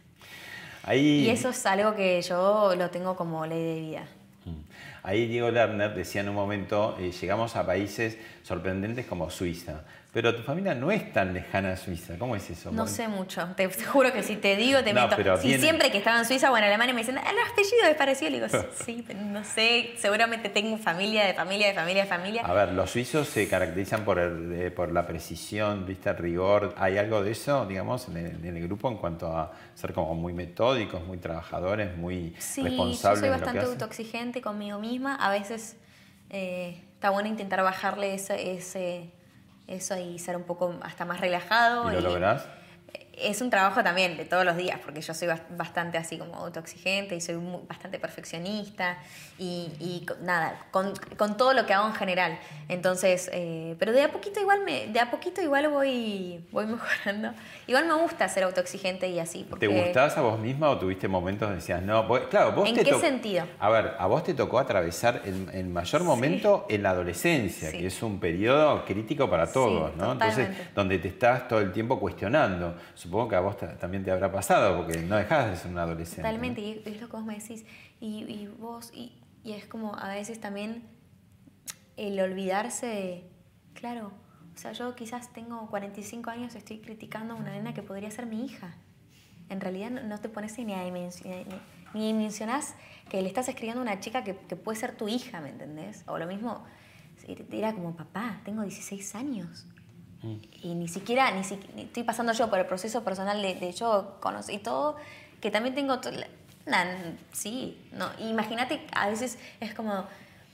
Ahí, Y eso es algo que yo lo tengo como ley de vida. ahí Diego Lerner decía en un momento, eh, llegamos a países sorprendentes como Suiza. Pero tu familia no es tan lejana a Suiza. ¿Cómo es eso? No sé mucho. Te juro que si te digo, te No, meto. pero Si tiene- siempre que estaba en Suiza o en Alemania me dicen, el apellido es parecido, le digo, sí, pero no sé, seguramente tengo familia de familia de familia de familia. A ver, los suizos se caracterizan por, el, eh, por la precisión, ¿viste? El rigor. ¿Hay algo de eso, digamos, en el, en el grupo en cuanto a ser como muy metódicos, muy trabajadores, muy Sí, yo responsables soy de lo que bastante hacen? autoexigente conmigo misma. A veces eh, está bueno intentar bajarle ese, ese, eso y ser un poco hasta más relajado. ¿Y lo lográs? Es un trabajo también de todos los días, porque yo soy bas- bastante así como autoexigente y soy muy- bastante perfeccionista y, y con- nada, con, con todo lo que hago en general. Entonces, eh, pero de a poquito igual me, de a poquito igual voy, voy mejorando. Igual me gusta ser autoexigente y así. Porque, ¿Te gustabas a vos misma o tuviste momentos donde decías, no? Vos- claro, vos ¿En te qué to- sentido? A ver, a vos te tocó atravesar el, el mayor momento en la adolescencia, Sí. que es un periodo crítico para Sí, todos, ¿no? Entonces, totalmente. donde te estás todo el tiempo cuestionando. Supongo que a vos ta- también te habrá pasado, porque no dejás de ser un adolescente. Totalmente, ¿no? y es lo que vos me decís. Y, y vos, y, y es como a veces también el olvidarse de, claro, o sea, yo quizás tengo cuarenta y cinco años, estoy criticando a una nena que podría ser mi hija. En realidad no, no te pones ni a dimensionar, ni, ni dimensionás que le estás escribiendo a una chica que, que puede ser tu hija, ¿me entendés? O lo mismo, era como, papá, tengo dieciséis años. Y ni siquiera, ni, si, ni estoy pasando yo por el proceso personal de, de yo conocí todo, que también tengo... to- la- na- sí, no, imagínate, a veces es como...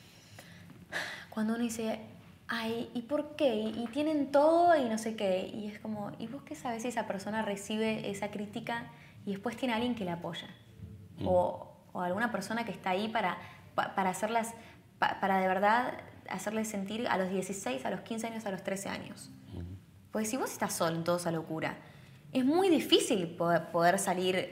Cuando uno dice, ay, ¿y por qué? Y, y tienen todo y no sé qué. Y es como, ¿y vos qué sabés si esa persona recibe esa crítica y después tiene alguien que la apoya? Mm. O, o alguna persona que está ahí para, pa- para hacerlas, pa- para de verdad hacerles sentir a los dieciséis, a los quince años, a los trece años. Porque si vos estás solo en toda esa locura, es muy difícil poder, poder salir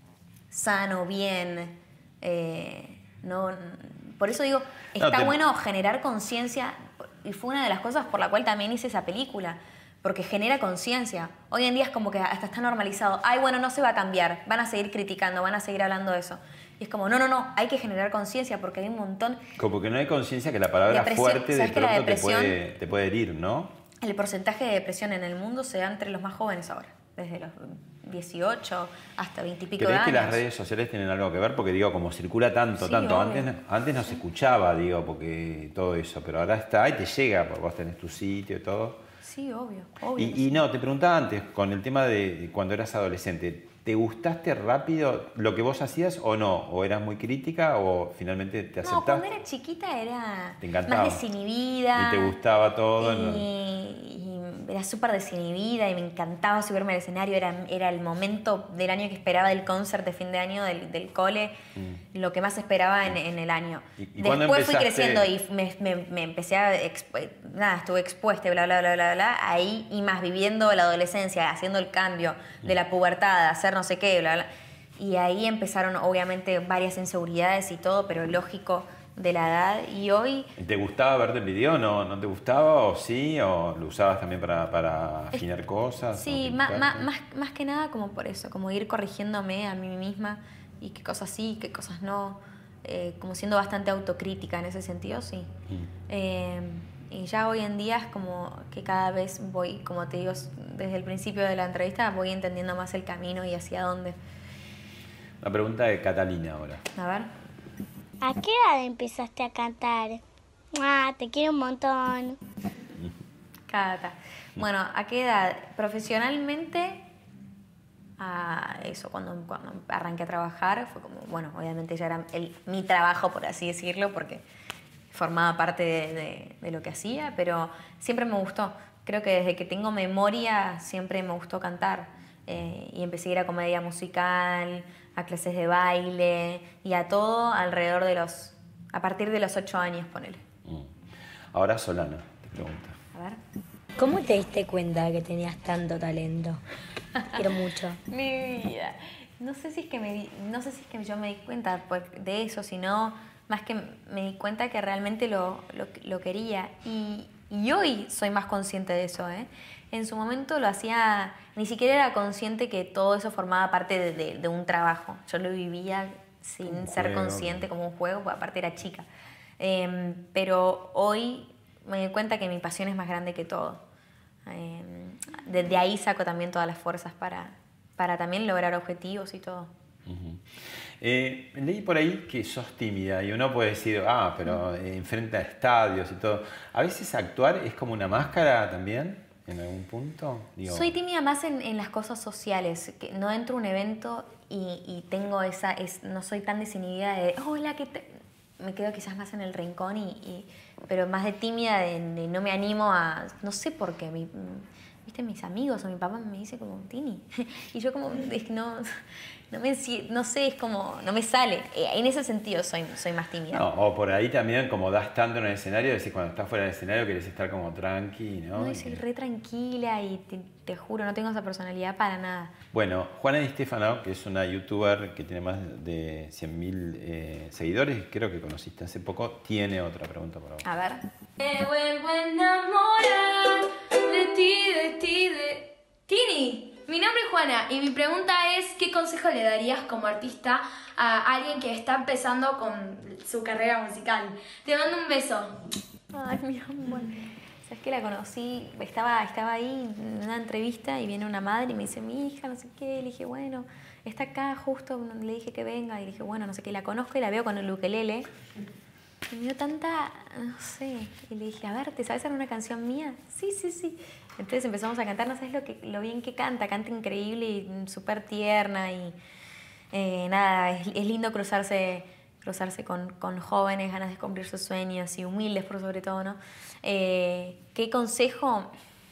sano, bien. eh, no, por eso digo, No, está te- bueno generar conciencia, y fue una de las cosas por la cual también hice esa película, porque genera conciencia. Hoy en día es como que hasta está normalizado. Ay, bueno, no se va a cambiar, van a seguir criticando, van a seguir hablando de eso. Y es como, no, no, no, hay que generar conciencia porque hay un montón... Como que no hay conciencia que la palabra Depresión, fuerte de ¿sabes que la pronto te depresión- puede, te puede herir, ¿no? El porcentaje de depresión en el mundo se da entre los más jóvenes ahora, desde los dieciocho hasta veinte y pico de ¿Crees años. que las redes sociales tienen algo que ver? Porque digo, como circula tanto, Sí, tanto. obvio. Antes, no- antes no se escuchaba, digo, porque todo eso, pero ahora está y te llega, porque vos tenés tu sitio y todo. Sí, obvio, obvio. que Y, y sí. no, te preguntaba antes, con el tema de, de cuando eras adolescente, ¿te gustaste rápido lo que vos hacías o no? ¿O eras muy crítica o finalmente te No, aceptaste? cuando era chiquita era Te encantaba. más desinhibida. Y te gustaba todo, Y, ¿no? y era súper desinhibida y me encantaba subirme al escenario. Era, era el momento del año que esperaba del concert de fin de año del, del cole, lo que más esperaba en, en el año. ¿Y- y cuándo Después fui empezaste? creciendo y me, me- me empecé a... expu- nada, estuve expuesta, y bla, bla, bla, bla, bla. Ahí y más viviendo la adolescencia, haciendo el cambio de la pubertad, de hacer no sé qué, bla, bla. Y ahí empezaron obviamente varias inseguridades y todo, pero lógico de la edad. Y hoy... ¿Te gustaba verte el video? ¿No, no te gustaba o sí? ¿O lo usabas también para, para afinar cosas? Sí, o ma- ma- criticarte? más, más que nada como por eso, como ir corrigiéndome a mí misma y qué cosas sí, qué cosas no, eh, como siendo bastante autocrítica en ese sentido, sí. Mm. Eh, y ya hoy en día es como que cada vez voy, como te digo, desde el principio de la entrevista, voy entendiendo más el camino y hacia dónde. La pregunta de Catalina ahora. A ver. ¿A qué edad empezaste a cantar? Ah, te quiero un montón. Cata. Bueno, ¿a qué edad? Profesionalmente, a eso, cuando, cuando arranqué a trabajar, fue como, bueno, obviamente ya era el, mi trabajo, por así decirlo, porque formaba parte de, de- de lo que hacía, pero siempre me gustó. Creo que desde que tengo memoria siempre me gustó cantar. Eh, y empecé a ir a comedia musical, a clases de baile y a todo alrededor de los... a partir de los ocho años, ponele. Mm. Ahora Solana, te pregunta. A ver. ¿Cómo te diste cuenta que tenías tanto talento? Quiero mucho. Mi vida. No sé si es que me di- no sé si es que yo me di cuenta por- de eso, sino más que me di cuenta que realmente lo, lo, lo quería. Y, y hoy soy más consciente de eso, ¿eh? En su momento lo hacía, ni siquiera era consciente que todo eso formaba parte de, de- de un trabajo. Yo lo vivía sin Un ser juego. consciente como un juego, porque aparte era chica. Em, pero hoy me di cuenta que mi pasión es más grande que todo. Eh, desde ahí saco también todas las fuerzas para, para también lograr objetivos y todo. Uh-huh. Eh, leí por ahí que sos tímida y uno puede decir, ah, pero eh, enfrenta a estadios y todo. A veces actuar es como una máscara también, en algún punto. Digo, soy tímida más en, en las cosas sociales, que no entro a un evento y, y tengo esa, es, no soy tan desinhibida de, hola, ¿qué te...? Me quedo quizás más en el rincón, y, y, pero más de tímida, de, de no me animo a, no sé por qué, mi, viste, mis amigos o mi papá me dice como, Tini, y yo como, es que no... No, me, no sé, es como, no me sale. En ese sentido soy, soy más tímida. No, o por ahí también, como das tanto en el escenario, decís, cuando estás fuera del escenario querés estar como tranqui, ¿no? No, soy re tranquila y te, te juro, no tengo esa personalidad para nada. Bueno, Juana Di Stefano, que es una youtuber que tiene más de cien mil eh, seguidores, creo que conociste hace poco, tiene otra pregunta para vos. A ver. Me vuelvo a enamorar de ti, de ti, de... Tini, mi nombre es Juana y mi pregunta es, ¿qué consejo le darías como artista a alguien que está empezando con su carrera musical? Te mando un beso. Ay, mi amor. ¿Sabes que la conocí? Estaba, estaba ahí en una entrevista y viene una madre y me dice, mi hija, no sé qué. Le dije, bueno, está acá justo, le dije que venga. Y le dije, bueno, no sé qué. La conozco y la veo con el ukelele. Y me dio tanta, no sé. Y le dije, a ver, ¿te sabes hacer una canción mía? Sí, sí, sí. Entonces empezamos a cantar, no sabes lo, que, lo bien que canta, canta increíble y súper tierna y eh, nada, es, es lindo cruzarse, cruzarse con, con jóvenes, ganas de cumplir sus sueños y humildes por sobre todo, ¿no? Eh, ¿Qué consejo?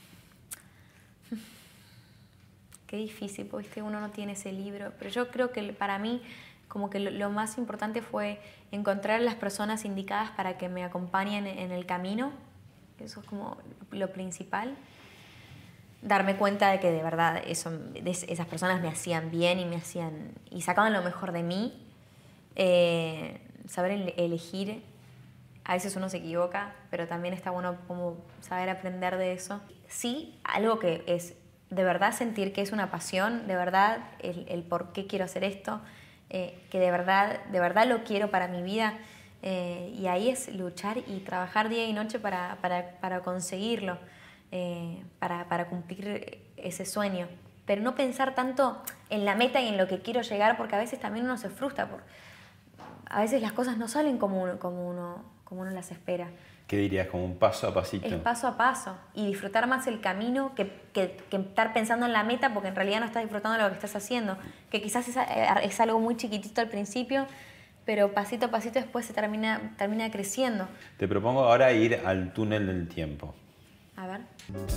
Qué difícil, porque uno no tiene ese libro, pero yo creo que para mí como que lo, lo más importante fue encontrar las personas indicadas para que me acompañen en el camino, eso es como lo principal. Darme cuenta de que de verdad eso, de esas personas me hacían bien y me hacían y sacaban lo mejor de mí. Eh, saber ele- elegir, a veces uno se equivoca, pero también está bueno como saber aprender de eso. Sí, algo que es de verdad sentir que es una pasión, de verdad el, el por qué quiero hacer esto, eh, que de verdad, de verdad lo quiero para mi vida. Eh, y ahí es luchar y trabajar día y noche para, para, para conseguirlo. Eh, para, para cumplir ese sueño, pero no pensar tanto en la meta y en lo que quiero llegar, porque a veces también uno se frustra, por, a veces las cosas no salen como uno, como uno, como uno las espera. ¿Qué dirías? Como un paso a pasito. Es paso a paso y disfrutar más el camino que, que, que estar pensando en la meta, porque en realidad no estás disfrutando de lo que estás haciendo, que quizás es, es algo muy chiquitito al principio, pero pasito a pasito después se termina, termina creciendo. Te propongo ahora ir al túnel del tiempo. A ver.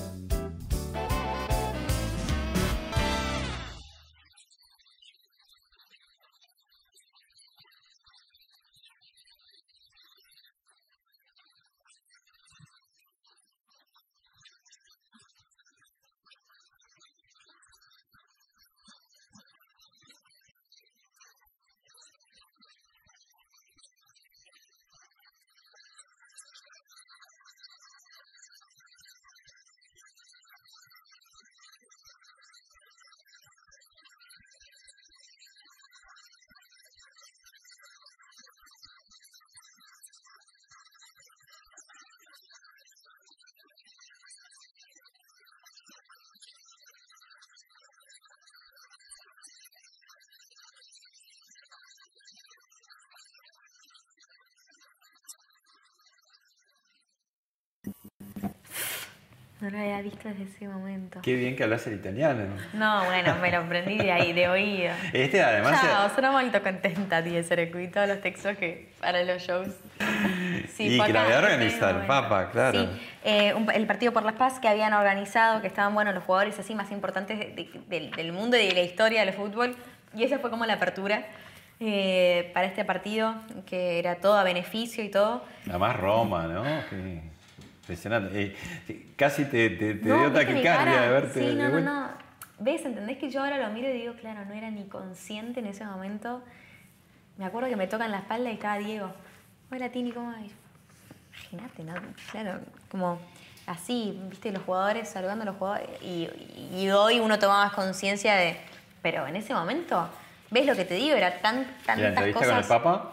No lo había visto desde ese momento. Qué bien que hablas el italiano. No, bueno, me lo aprendí de ahí, de oído. Este además... Ciao, sono molto contenta di essere qui, todos los textos que para los shows. Sí, y que la había organizado el Papa, claro. Sí, eh, un, el Partido por la Paz que habían organizado, que estaban, bueno, los jugadores así más importantes de, de, de, del mundo y de la historia del fútbol. Y esa fue como la apertura eh, para este partido, que era todo a beneficio y todo. Además Roma, ¿no? Qué impresionante. Eh, casi te, te, te no, dio taquicardia de verte. Sí, no, de no, no. ¿Ves? ¿Entendés que yo ahora lo miro y digo, claro, no era ni consciente en ese momento? Me acuerdo que me tocan la espalda y estaba Diego. Hola, Tini, ¿cómo vas? Imagínate, ¿no? Claro, como así, viste, los jugadores saludando a los jugadores. Y, y hoy uno toma más conciencia de... Pero en ese momento, ¿ves lo que te digo? Era tan, tantas ¿Y la entrevista cosas... con el Papa?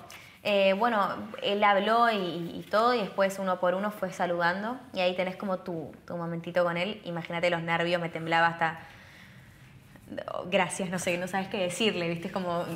Eh, bueno, él habló y, y todo, y después uno por uno fue saludando, y ahí tenés como tu, tu momentito con él. Imagínate los nervios, me temblaba hasta... Gracias, no sé, no sabes qué decirle, ¿viste? Es como...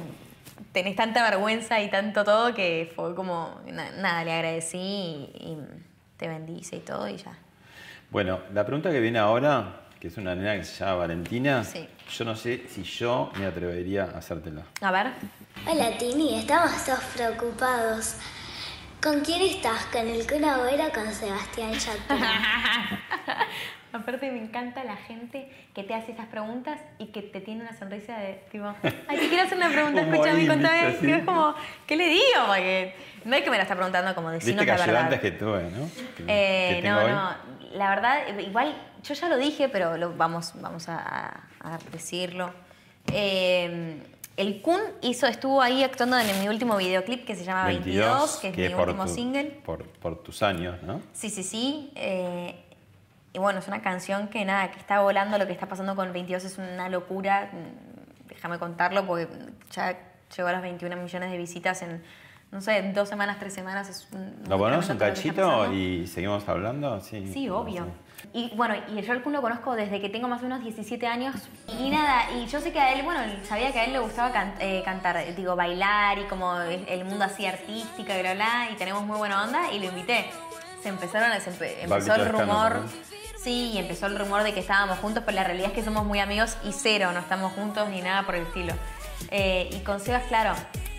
Tenés tanta vergüenza y tanto todo que fue como... Nada, le agradecí y, y te bendice y todo y ya. Bueno, la pregunta que viene ahora, que es una nena que se llama Valentina, sí. Yo no sé si yo me atrevería a hacértela. A ver. Hola Tini, estamos todos preocupados. ¿Con quién estás? ¿Con el Kun Agüero o con Sebastián Yatra? Aparte me encanta la gente que te hace esas preguntas y que te tiene una sonrisa de tipo, ay, te quiero hacer una pregunta, escúchame, contame. Que es como, ¿qué le digo? Porque no es que me la está preguntando como decinos la verdad. Viste que ayudantes que tuve, ¿no? Que, eh, que no, hoy. no. La verdad, igual, yo ya lo dije, pero lo, vamos, vamos a, a decirlo. Eh, el Kun hizo, estuvo ahí actuando en mi último videoclip que se llama veintidós, que es que mi por último tu, single. Por, por tus años, ¿no? Sí, sí, sí. Eh, y bueno, es una canción que nada, que está volando. Lo que está pasando con veintidós es una locura. Déjame contarlo porque ya llegó a los veintiún millones de visitas en, no sé, dos semanas, tres semanas. Es un, ¿Lo ponemos un cachito y seguimos hablando? Sí, sí, obvio. Sí. Y bueno, y yo al Kun lo conozco desde que tengo más o menos diecisiete años. Y nada, y yo sé que a él, bueno, sabía que a él le gustaba can, eh, cantar, digo, bailar y como el mundo así artístico y bla, bla, y tenemos muy buena onda y lo invité. Se empezaron, se empe, empezó el rumor, ¿no? Sí, y empezó el rumor de que estábamos juntos, pero la realidad es que somos muy amigos y cero, no estamos juntos ni nada por el estilo. Eh, y con Sebas, claro,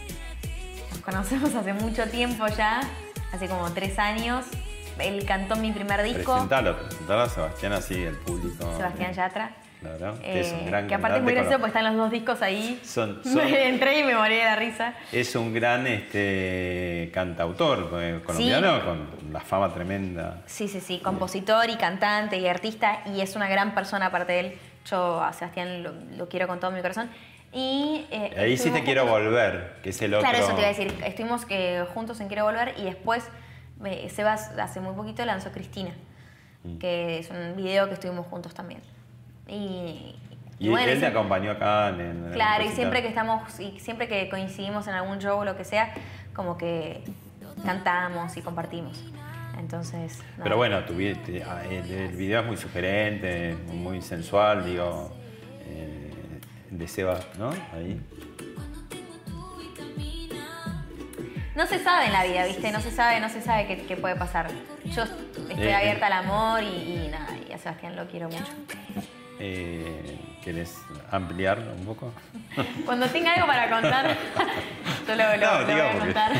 nos conocemos hace mucho tiempo ya, hace como tres años. Él cantó mi primer disco. Presentalo, presentalo a Sebastián así, el público. Sebastián Yatra. Claro, eh, que es un gran Que aparte es muy gracioso con... porque están los dos discos ahí. Son, son... Entré y me morí de la risa. Es un gran este, cantautor eh, colombiano, sí. Con la fama tremenda. Sí, sí, sí, compositor y cantante y artista, y es una gran persona aparte de él. Yo a Sebastián lo, lo quiero con todo mi corazón. Y, eh, ahí sí te quiero volver, que es el otro... Claro, eso te iba a decir. Estuvimos eh, juntos en Quiero Volver y después eh, Sebas hace muy poquito lanzó Cristina, mm. que es un video que estuvimos juntos también. Y, y, y bueno, él te acompañó acá en, en claro, y siempre que estamos, y siempre que coincidimos en algún show o lo que sea, como que cantamos y compartimos. Entonces. Nada. Pero bueno, tu, el, el video es muy sugerente, muy sensual, digo, eh, de Seba, ¿no? Ahí. No se sabe en la vida, ¿viste? No se sabe, no se sabe qué, qué puede pasar. Yo estoy eh, abierta al amor y, y nada, y a Sebastián lo quiero mucho. Eh, ¿Quieres ampliar un poco? Cuando tenga algo para contar, yo lo, lo, no, lo voy a contar.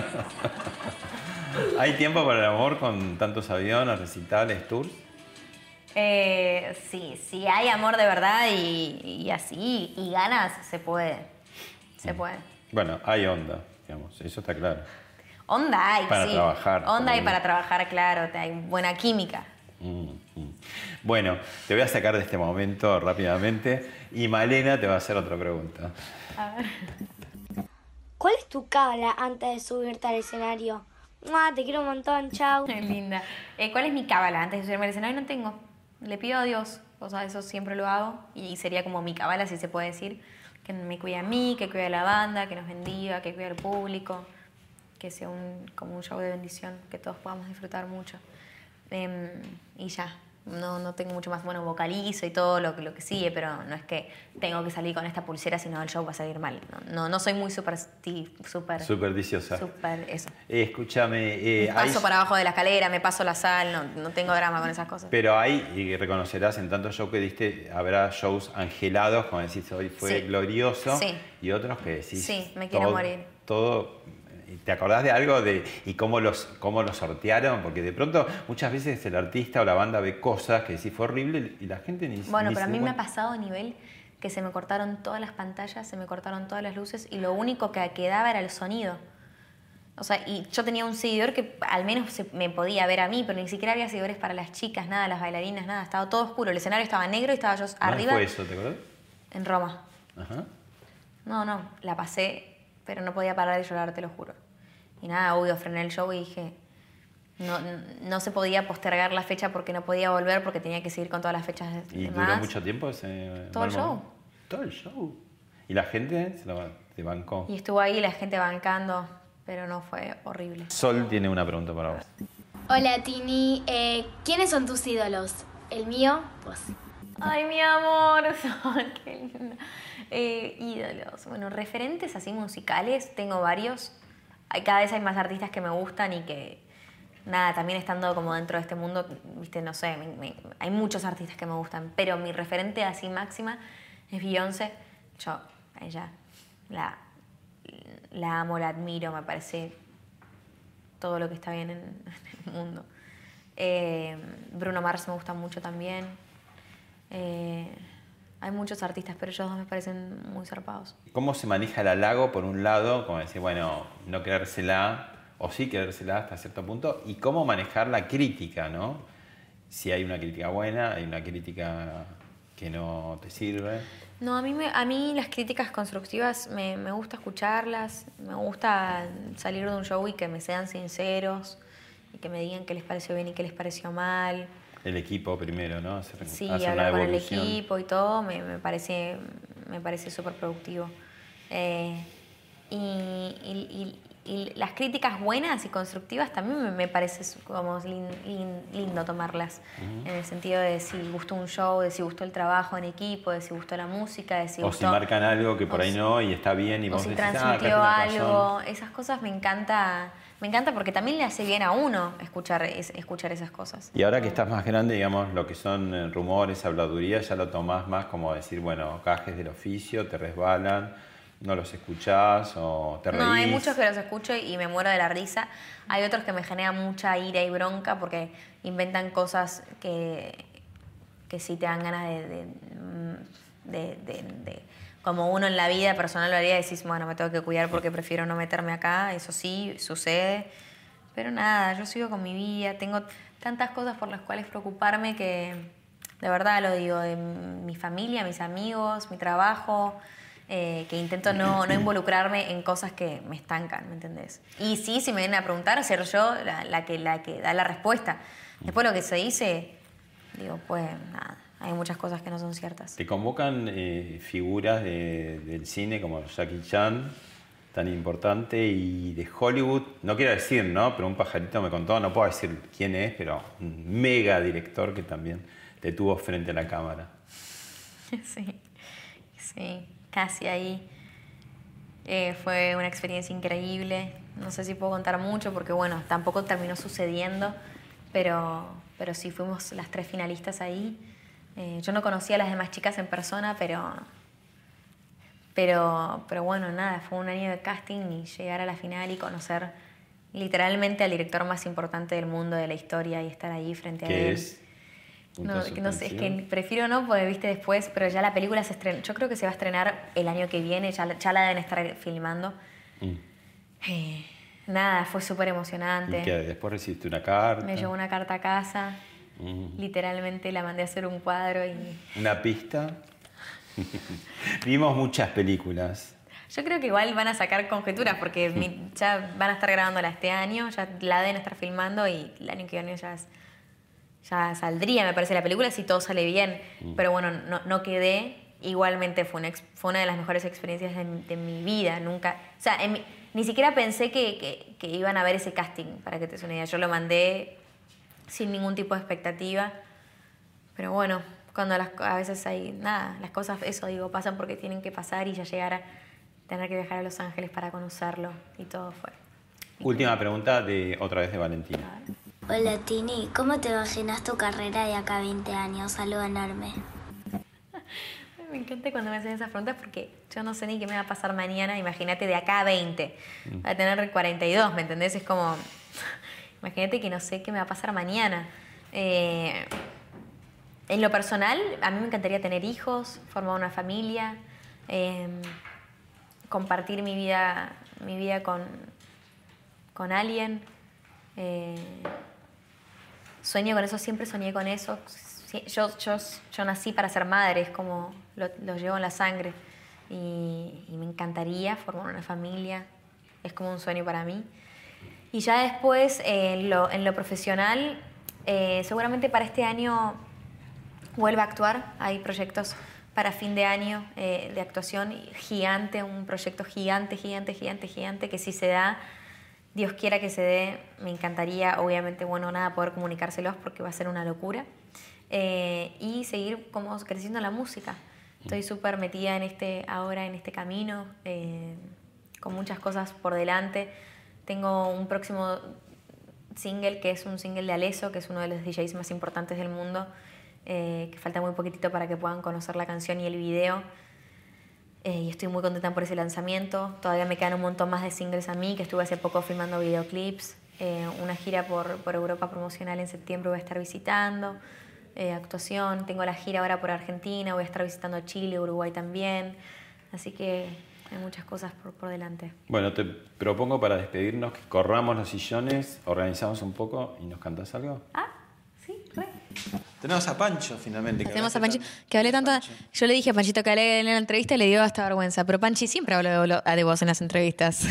¿Hay tiempo para el amor con tantos aviones, recitales, tours? Eh, sí, sí hay amor de verdad y, y así, y ganas, se puede. Se mm. puede. Bueno, hay onda, digamos, eso está claro. Onda hay, para sí. trabajar. Onda hay para trabajar, claro, hay buena química. Mm, mm. Bueno, te voy a sacar de este momento rápidamente y Malena te va a hacer otra pregunta. A ver. ¿Cuál es tu cábala antes de subirte al escenario? ¡Mua! Te quiero un montón, chau. Qué linda. Eh, ¿Cuál es mi cábala antes de subirme al escenario? No tengo. Le pido a Dios. O sea, eso siempre lo hago. Y sería como mi cábala, si se puede decir. Que me cuide a mí, que cuide a la banda, que nos bendiga, que cuide al público. Que sea un, como un show de bendición, que todos podamos disfrutar mucho. Eh, y ya. No, no tengo mucho más. Bueno, vocalizo y todo lo, lo que sigue, pero no es que tengo que salir con esta pulsera, sino el show va a salir mal. No, no, no soy muy super, super... Supersticiosa. Super, eso. Eh, escúchame... Eh, paso hay... para abajo de la escalera, me paso la sal, no, no tengo drama con esas cosas. Pero hay, y reconocerás, en tantos shows que diste, habrá shows angelados, como decís, hoy fue sí. glorioso, sí. y otros que decís... Sí, me quiero todo, morir. Todo... ¿Te acordás de algo de y cómo los, cómo los sortearon? Porque de pronto muchas veces el artista o la banda ve cosas que decís fue horrible y la gente ni Bueno, ni pero a mí bueno. me ha pasado a nivel que se me cortaron todas las pantallas, se me cortaron todas las luces y lo único que quedaba era el sonido. O sea, y yo tenía un seguidor que al menos se, me podía ver a mí, pero ni siquiera había seguidores para las chicas, nada, las bailarinas, nada. Estaba todo oscuro. El escenario estaba negro y estaba yo arriba. ¿Dónde fue eso, te acuerdas? En Roma. Ajá. No, no, la pasé, pero no podía parar de llorar, te lo juro. Y nada, obvio, frené el show y dije, no, no se podía postergar la fecha porque no podía volver porque tenía que seguir con todas las fechas de ¿Y demás. duró mucho tiempo ese Todo el show. Todo el show. ¿Y la gente se lo te bancó? Y estuvo ahí la gente bancando. pero no, fue horrible. Sol tiene una pregunta para vos. Hola Tini, eh, ¿quiénes son tus ídolos? El mío, vos. Ay, mi amor, Sol, qué linda. Eh, ídolos, bueno, referentes así musicales, tengo varios. Hay, cada vez hay más artistas que me gustan y que, nada, también estando como dentro de este mundo, viste, no sé, me, me, hay muchos artistas que me gustan, pero mi referente así máxima es Beyoncé. Yo, a ella, la, la amo, la admiro, me parece todo lo que está bien en, en el mundo. Eh, Bruno Mars me gusta mucho también. Eh, hay muchos artistas, pero ellos dos me parecen muy zarpados. ¿Cómo se maneja el halago, por un lado, como decir, bueno, no creérsela, o sí creérsela hasta cierto punto, y cómo manejar la crítica, ¿no? Si hay una crítica buena, hay una crítica que no te sirve. No, a mí, me, a mí las críticas constructivas me, me gusta escucharlas, me gusta salir de un show y que me sean sinceros y que me digan qué les pareció bien y qué les pareció mal. El equipo primero, ¿no? Hacer, sí, hacer hablar con el evolución. equipo y todo me, me parece me parece súper productivo. Eh, y, y, y, y las críticas buenas y constructivas también me, me parece como lin, lin, lindo tomarlas. Uh-huh. En el sentido de si gustó un show, de si gustó el trabajo en equipo, de si gustó la música, de si o gustó... si marcan algo que por ahí si, no y está bien y o vos si decís, transmitió ah, algo. Esas cosas me encanta... Me encanta porque también le hace bien a uno escuchar, es, escuchar esas cosas. Y ahora que estás más grande, digamos, lo que son rumores, habladurías, ya lo tomás más como decir, bueno, gajes del oficio, te resbalan, no los escuchás o te reís. No, hay muchos que los escucho y me muero de la risa. Hay otros que me generan mucha ira y bronca porque inventan cosas que, que sí te dan ganas de... de, de, de, de como uno en la vida personal lo haría, decís, bueno, me tengo que cuidar porque prefiero no meterme acá, eso sí, sucede. Pero nada, yo sigo con mi vida, tengo tantas cosas por las cuales preocuparme que, de verdad lo digo, de mi familia, mis amigos, mi trabajo, eh, que intento no, no involucrarme en cosas que me estancan, ¿me entendés? Y sí, si me vienen a preguntar, ser yo la, la, que, la que da la respuesta. Después lo que se dice, digo, pues nada. Hay muchas cosas que no son ciertas. Te convocan eh, figuras de, del cine como Jackie Chan, tan importante, y de Hollywood, no quiero decir, ¿no? Pero un pajarito me contó, no puedo decir quién es, pero un mega director que también te tuvo frente a la cámara. Sí, sí, casi ahí. Eh, fue una experiencia increíble. No sé si puedo contar mucho porque, bueno, tampoco terminó sucediendo, pero, pero sí fuimos las tres finalistas ahí. Eh, yo no conocía a las demás chicas en persona, pero, pero, pero bueno, nada, fue un año de casting y llegar a la final y conocer literalmente al director más importante del mundo, de la historia, y estar ahí frente a él. ¿Qué es? No, no sé, es que prefiero no, porque viste después, pero ya la película se estrena, yo creo que se va a estrenar el año que viene, ya, ya la deben estar filmando. Mm. Eh, nada, fue súper emocionante. ¿Y qué? ¿Después recibiste una carta? Me llegó una carta a casa. Mm. Literalmente la mandé a hacer un cuadro y... ¿Una pista? Vimos muchas películas. Yo creo que igual van a sacar conjeturas porque mm. mi, ya van a estar grabándola este año, ya la deben estar filmando y el año que viene ya, ya saldría, me parece, la película si todo sale bien. Mm. Pero bueno, no, no quedé. Igualmente fue una, fue una de las mejores experiencias de, de mi vida. Nunca... O sea, en mi, ni siquiera pensé que, que, que iban a ver ese casting, para que te des una idea. Yo lo mandé sin ningún tipo de expectativa, pero bueno, cuando las, a veces hay nada, las cosas, eso digo, pasan porque tienen que pasar y ya llegar a tener que viajar a Los Ángeles para conocerlo y todo fue. Última pregunta de otra vez de Valentina. Hola Tini, ¿cómo te imaginas tu carrera de acá a veinte años? Saludo enorme. Me encanta cuando me hacen esas preguntas porque yo no sé ni qué me va a pasar mañana, imagínate de acá a veinte, mm. a tener cuarenta y dos, ¿me entendés? Es como... Imagínate que no sé qué me va a pasar mañana. Eh, en lo personal, a mí me encantaría tener hijos, formar una familia, eh, compartir mi vida, mi vida con, con alguien. Eh, sueño con eso, siempre soñé con eso. Yo, yo, yo nací para ser madre, es como lo, lo llevo en la sangre. Y, y me encantaría formar una familia, es como un sueño para mí. Y ya después, eh, en, lo, en lo profesional, eh, seguramente para este año vuelva a actuar. Hay proyectos para fin de año eh, de actuación gigante, un proyecto gigante, gigante, gigante, gigante, que si se da, Dios quiera que se dé, me encantaría, obviamente, bueno, nada, poder comunicárselos porque va a ser una locura. Eh, y seguir como creciendo en la música. Estoy súper metida en este, ahora en este camino, eh, con muchas cosas por delante. Tengo un próximo single que es un single de Alesso, que es uno de los D Js más importantes del mundo, eh, que falta muy poquitito para que puedan conocer la canción y el video. Eh, y estoy muy contenta por ese lanzamiento. Todavía me quedan un montón más de singles a mí, que estuve hace poco filmando videoclips. Eh, una gira por, por Europa promocional en septiembre voy a estar visitando. Eh, actuación, tengo la gira ahora por Argentina, voy a estar visitando Chile, Uruguay también. Así que hay muchas cosas por, por delante. Bueno, te propongo para despedirnos que corramos los sillones, organizamos un poco y nos cantás algo. Ah, sí, re. Tenemos a Pancho finalmente. Que Tenemos a Panchi, que hablé tanto. Yo le dije a Panchito que hablé en la entrevista y le dio hasta vergüenza. Pero Panchi siempre habló de, de vos en las entrevistas.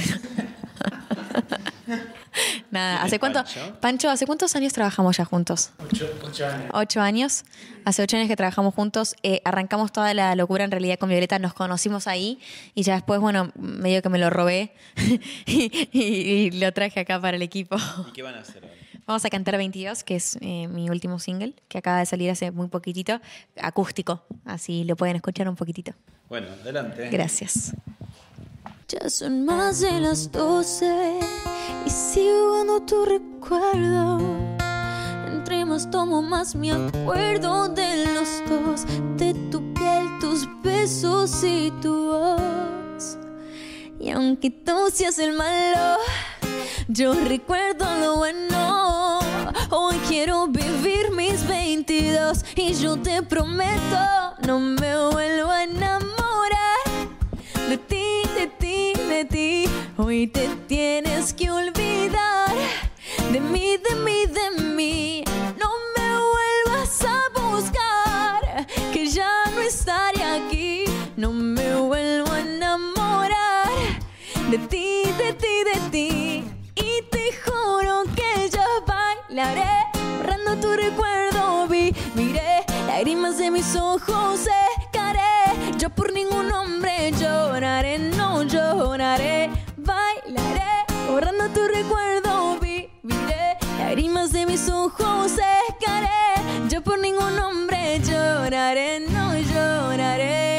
Nada, ¿hace cuánto? Pancho? Pancho, ¿hace cuántos años trabajamos ya juntos? Ocho, ocho años. Ocho años. Hace ocho años que trabajamos juntos. Eh, arrancamos toda la locura en realidad con Violeta, nos conocimos ahí y ya después, bueno, medio que me lo robé y, y, y lo traje acá para el equipo. ¿Y qué van a hacer ahora? Vamos a cantar veintidós, que es eh, mi último single, que acaba de salir hace muy poquitito, acústico, así lo pueden escuchar un poquitito. Bueno, adelante. Gracias. Ya son más de las doce y sigo dando tu recuerdo. Entre más tomo, más me acuerdo de los dos, de tu piel, tus besos y tu voz. Y aunque tú seas el malo, yo recuerdo lo bueno. Hoy quiero vivir mis veintidós y yo te prometo no me vuelvo a enamorar de ti, de ti, de ti. Hoy te tienes que olvidar de mí, de mí, de mí. No me vuelvas a buscar, que ya no estaré aquí. No me vuelvo a enamorar de ti, de ti, de ti. Y te juro que ya bailaré, borrando tu recuerdo, viviré. Lágrimas de mis ojos secaré. Yo por ningún hombre lloraré, no lloraré. Bailaré, borrando tu recuerdo, viviré. Lágrimas de mis ojos secaré. Yo por ningún hombre lloraré, no lloraré.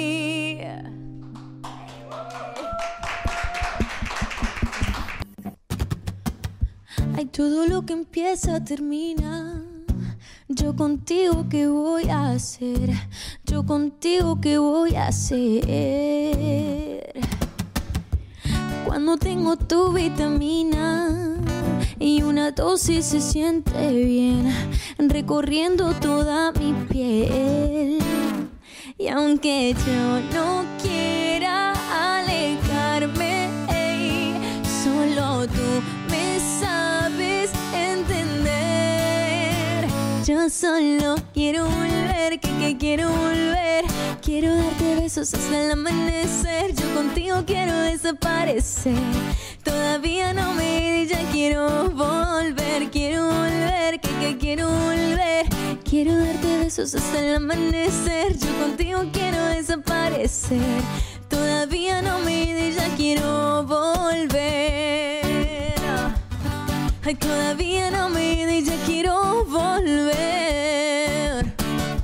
Ay, todo lo que empieza termina. Yo contigo, ¿qué voy a hacer? Yo contigo, ¿qué voy a hacer? Cuando tengo tu vitamina y una dosis se siente bien, recorriendo toda mi piel. Y aunque yo no quiera alejarme, ey, solo tú me sabes entender. Yo solo quiero volver, que, que quiero volver. Quiero darte besos hasta el amanecer. Yo contigo quiero desaparecer. Todavía no me ya quiero volver. Quiero volver, que, que quiero volver. Quiero darte besos hasta el amanecer. Yo contigo quiero desaparecer. Todavía no me ya quiero volver. Ay, todavía no me ya quiero volver.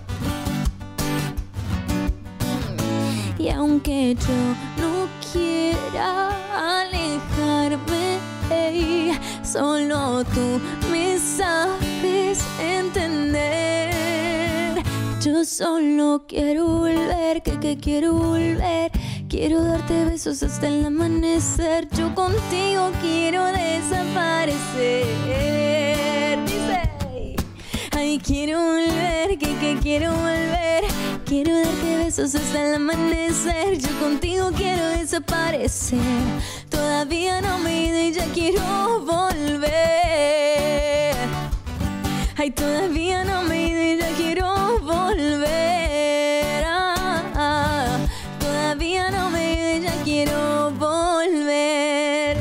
Y aunque yo no quiera alejarme, ey, solo tú me sabes entender. Yo solo quiero volver, que, que quiero volver. Quiero darte besos hasta el amanecer. Yo contigo quiero desaparecer. Dice, ay, quiero volver, que, que quiero volver. Quiero darte besos hasta el amanecer. Yo contigo quiero desaparecer. Todavía no me he ido y ya quiero volver. Ay, todavía no me he ido y ya quiero volver. Ah, ah, todavía no me he ido y ya quiero volver.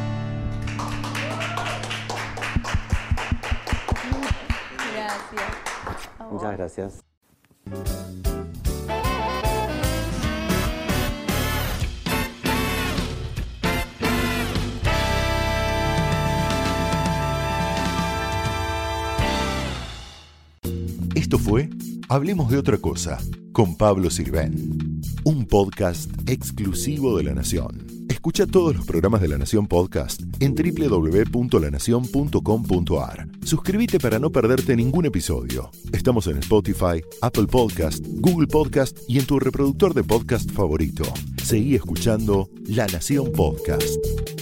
Gracias. Muchas gracias. Esto fue Hablemos de otra cosa con Pablo Sirven, un podcast exclusivo de La Nación. Escucha todos los programas de La Nación Podcast en doble u doble u doble u punto la nación punto com punto a r. Suscríbete para no perderte ningún episodio. Estamos en Spotify, Apple Podcast, Google Podcast y en tu reproductor de podcast favorito. Seguí escuchando La Nación Podcast.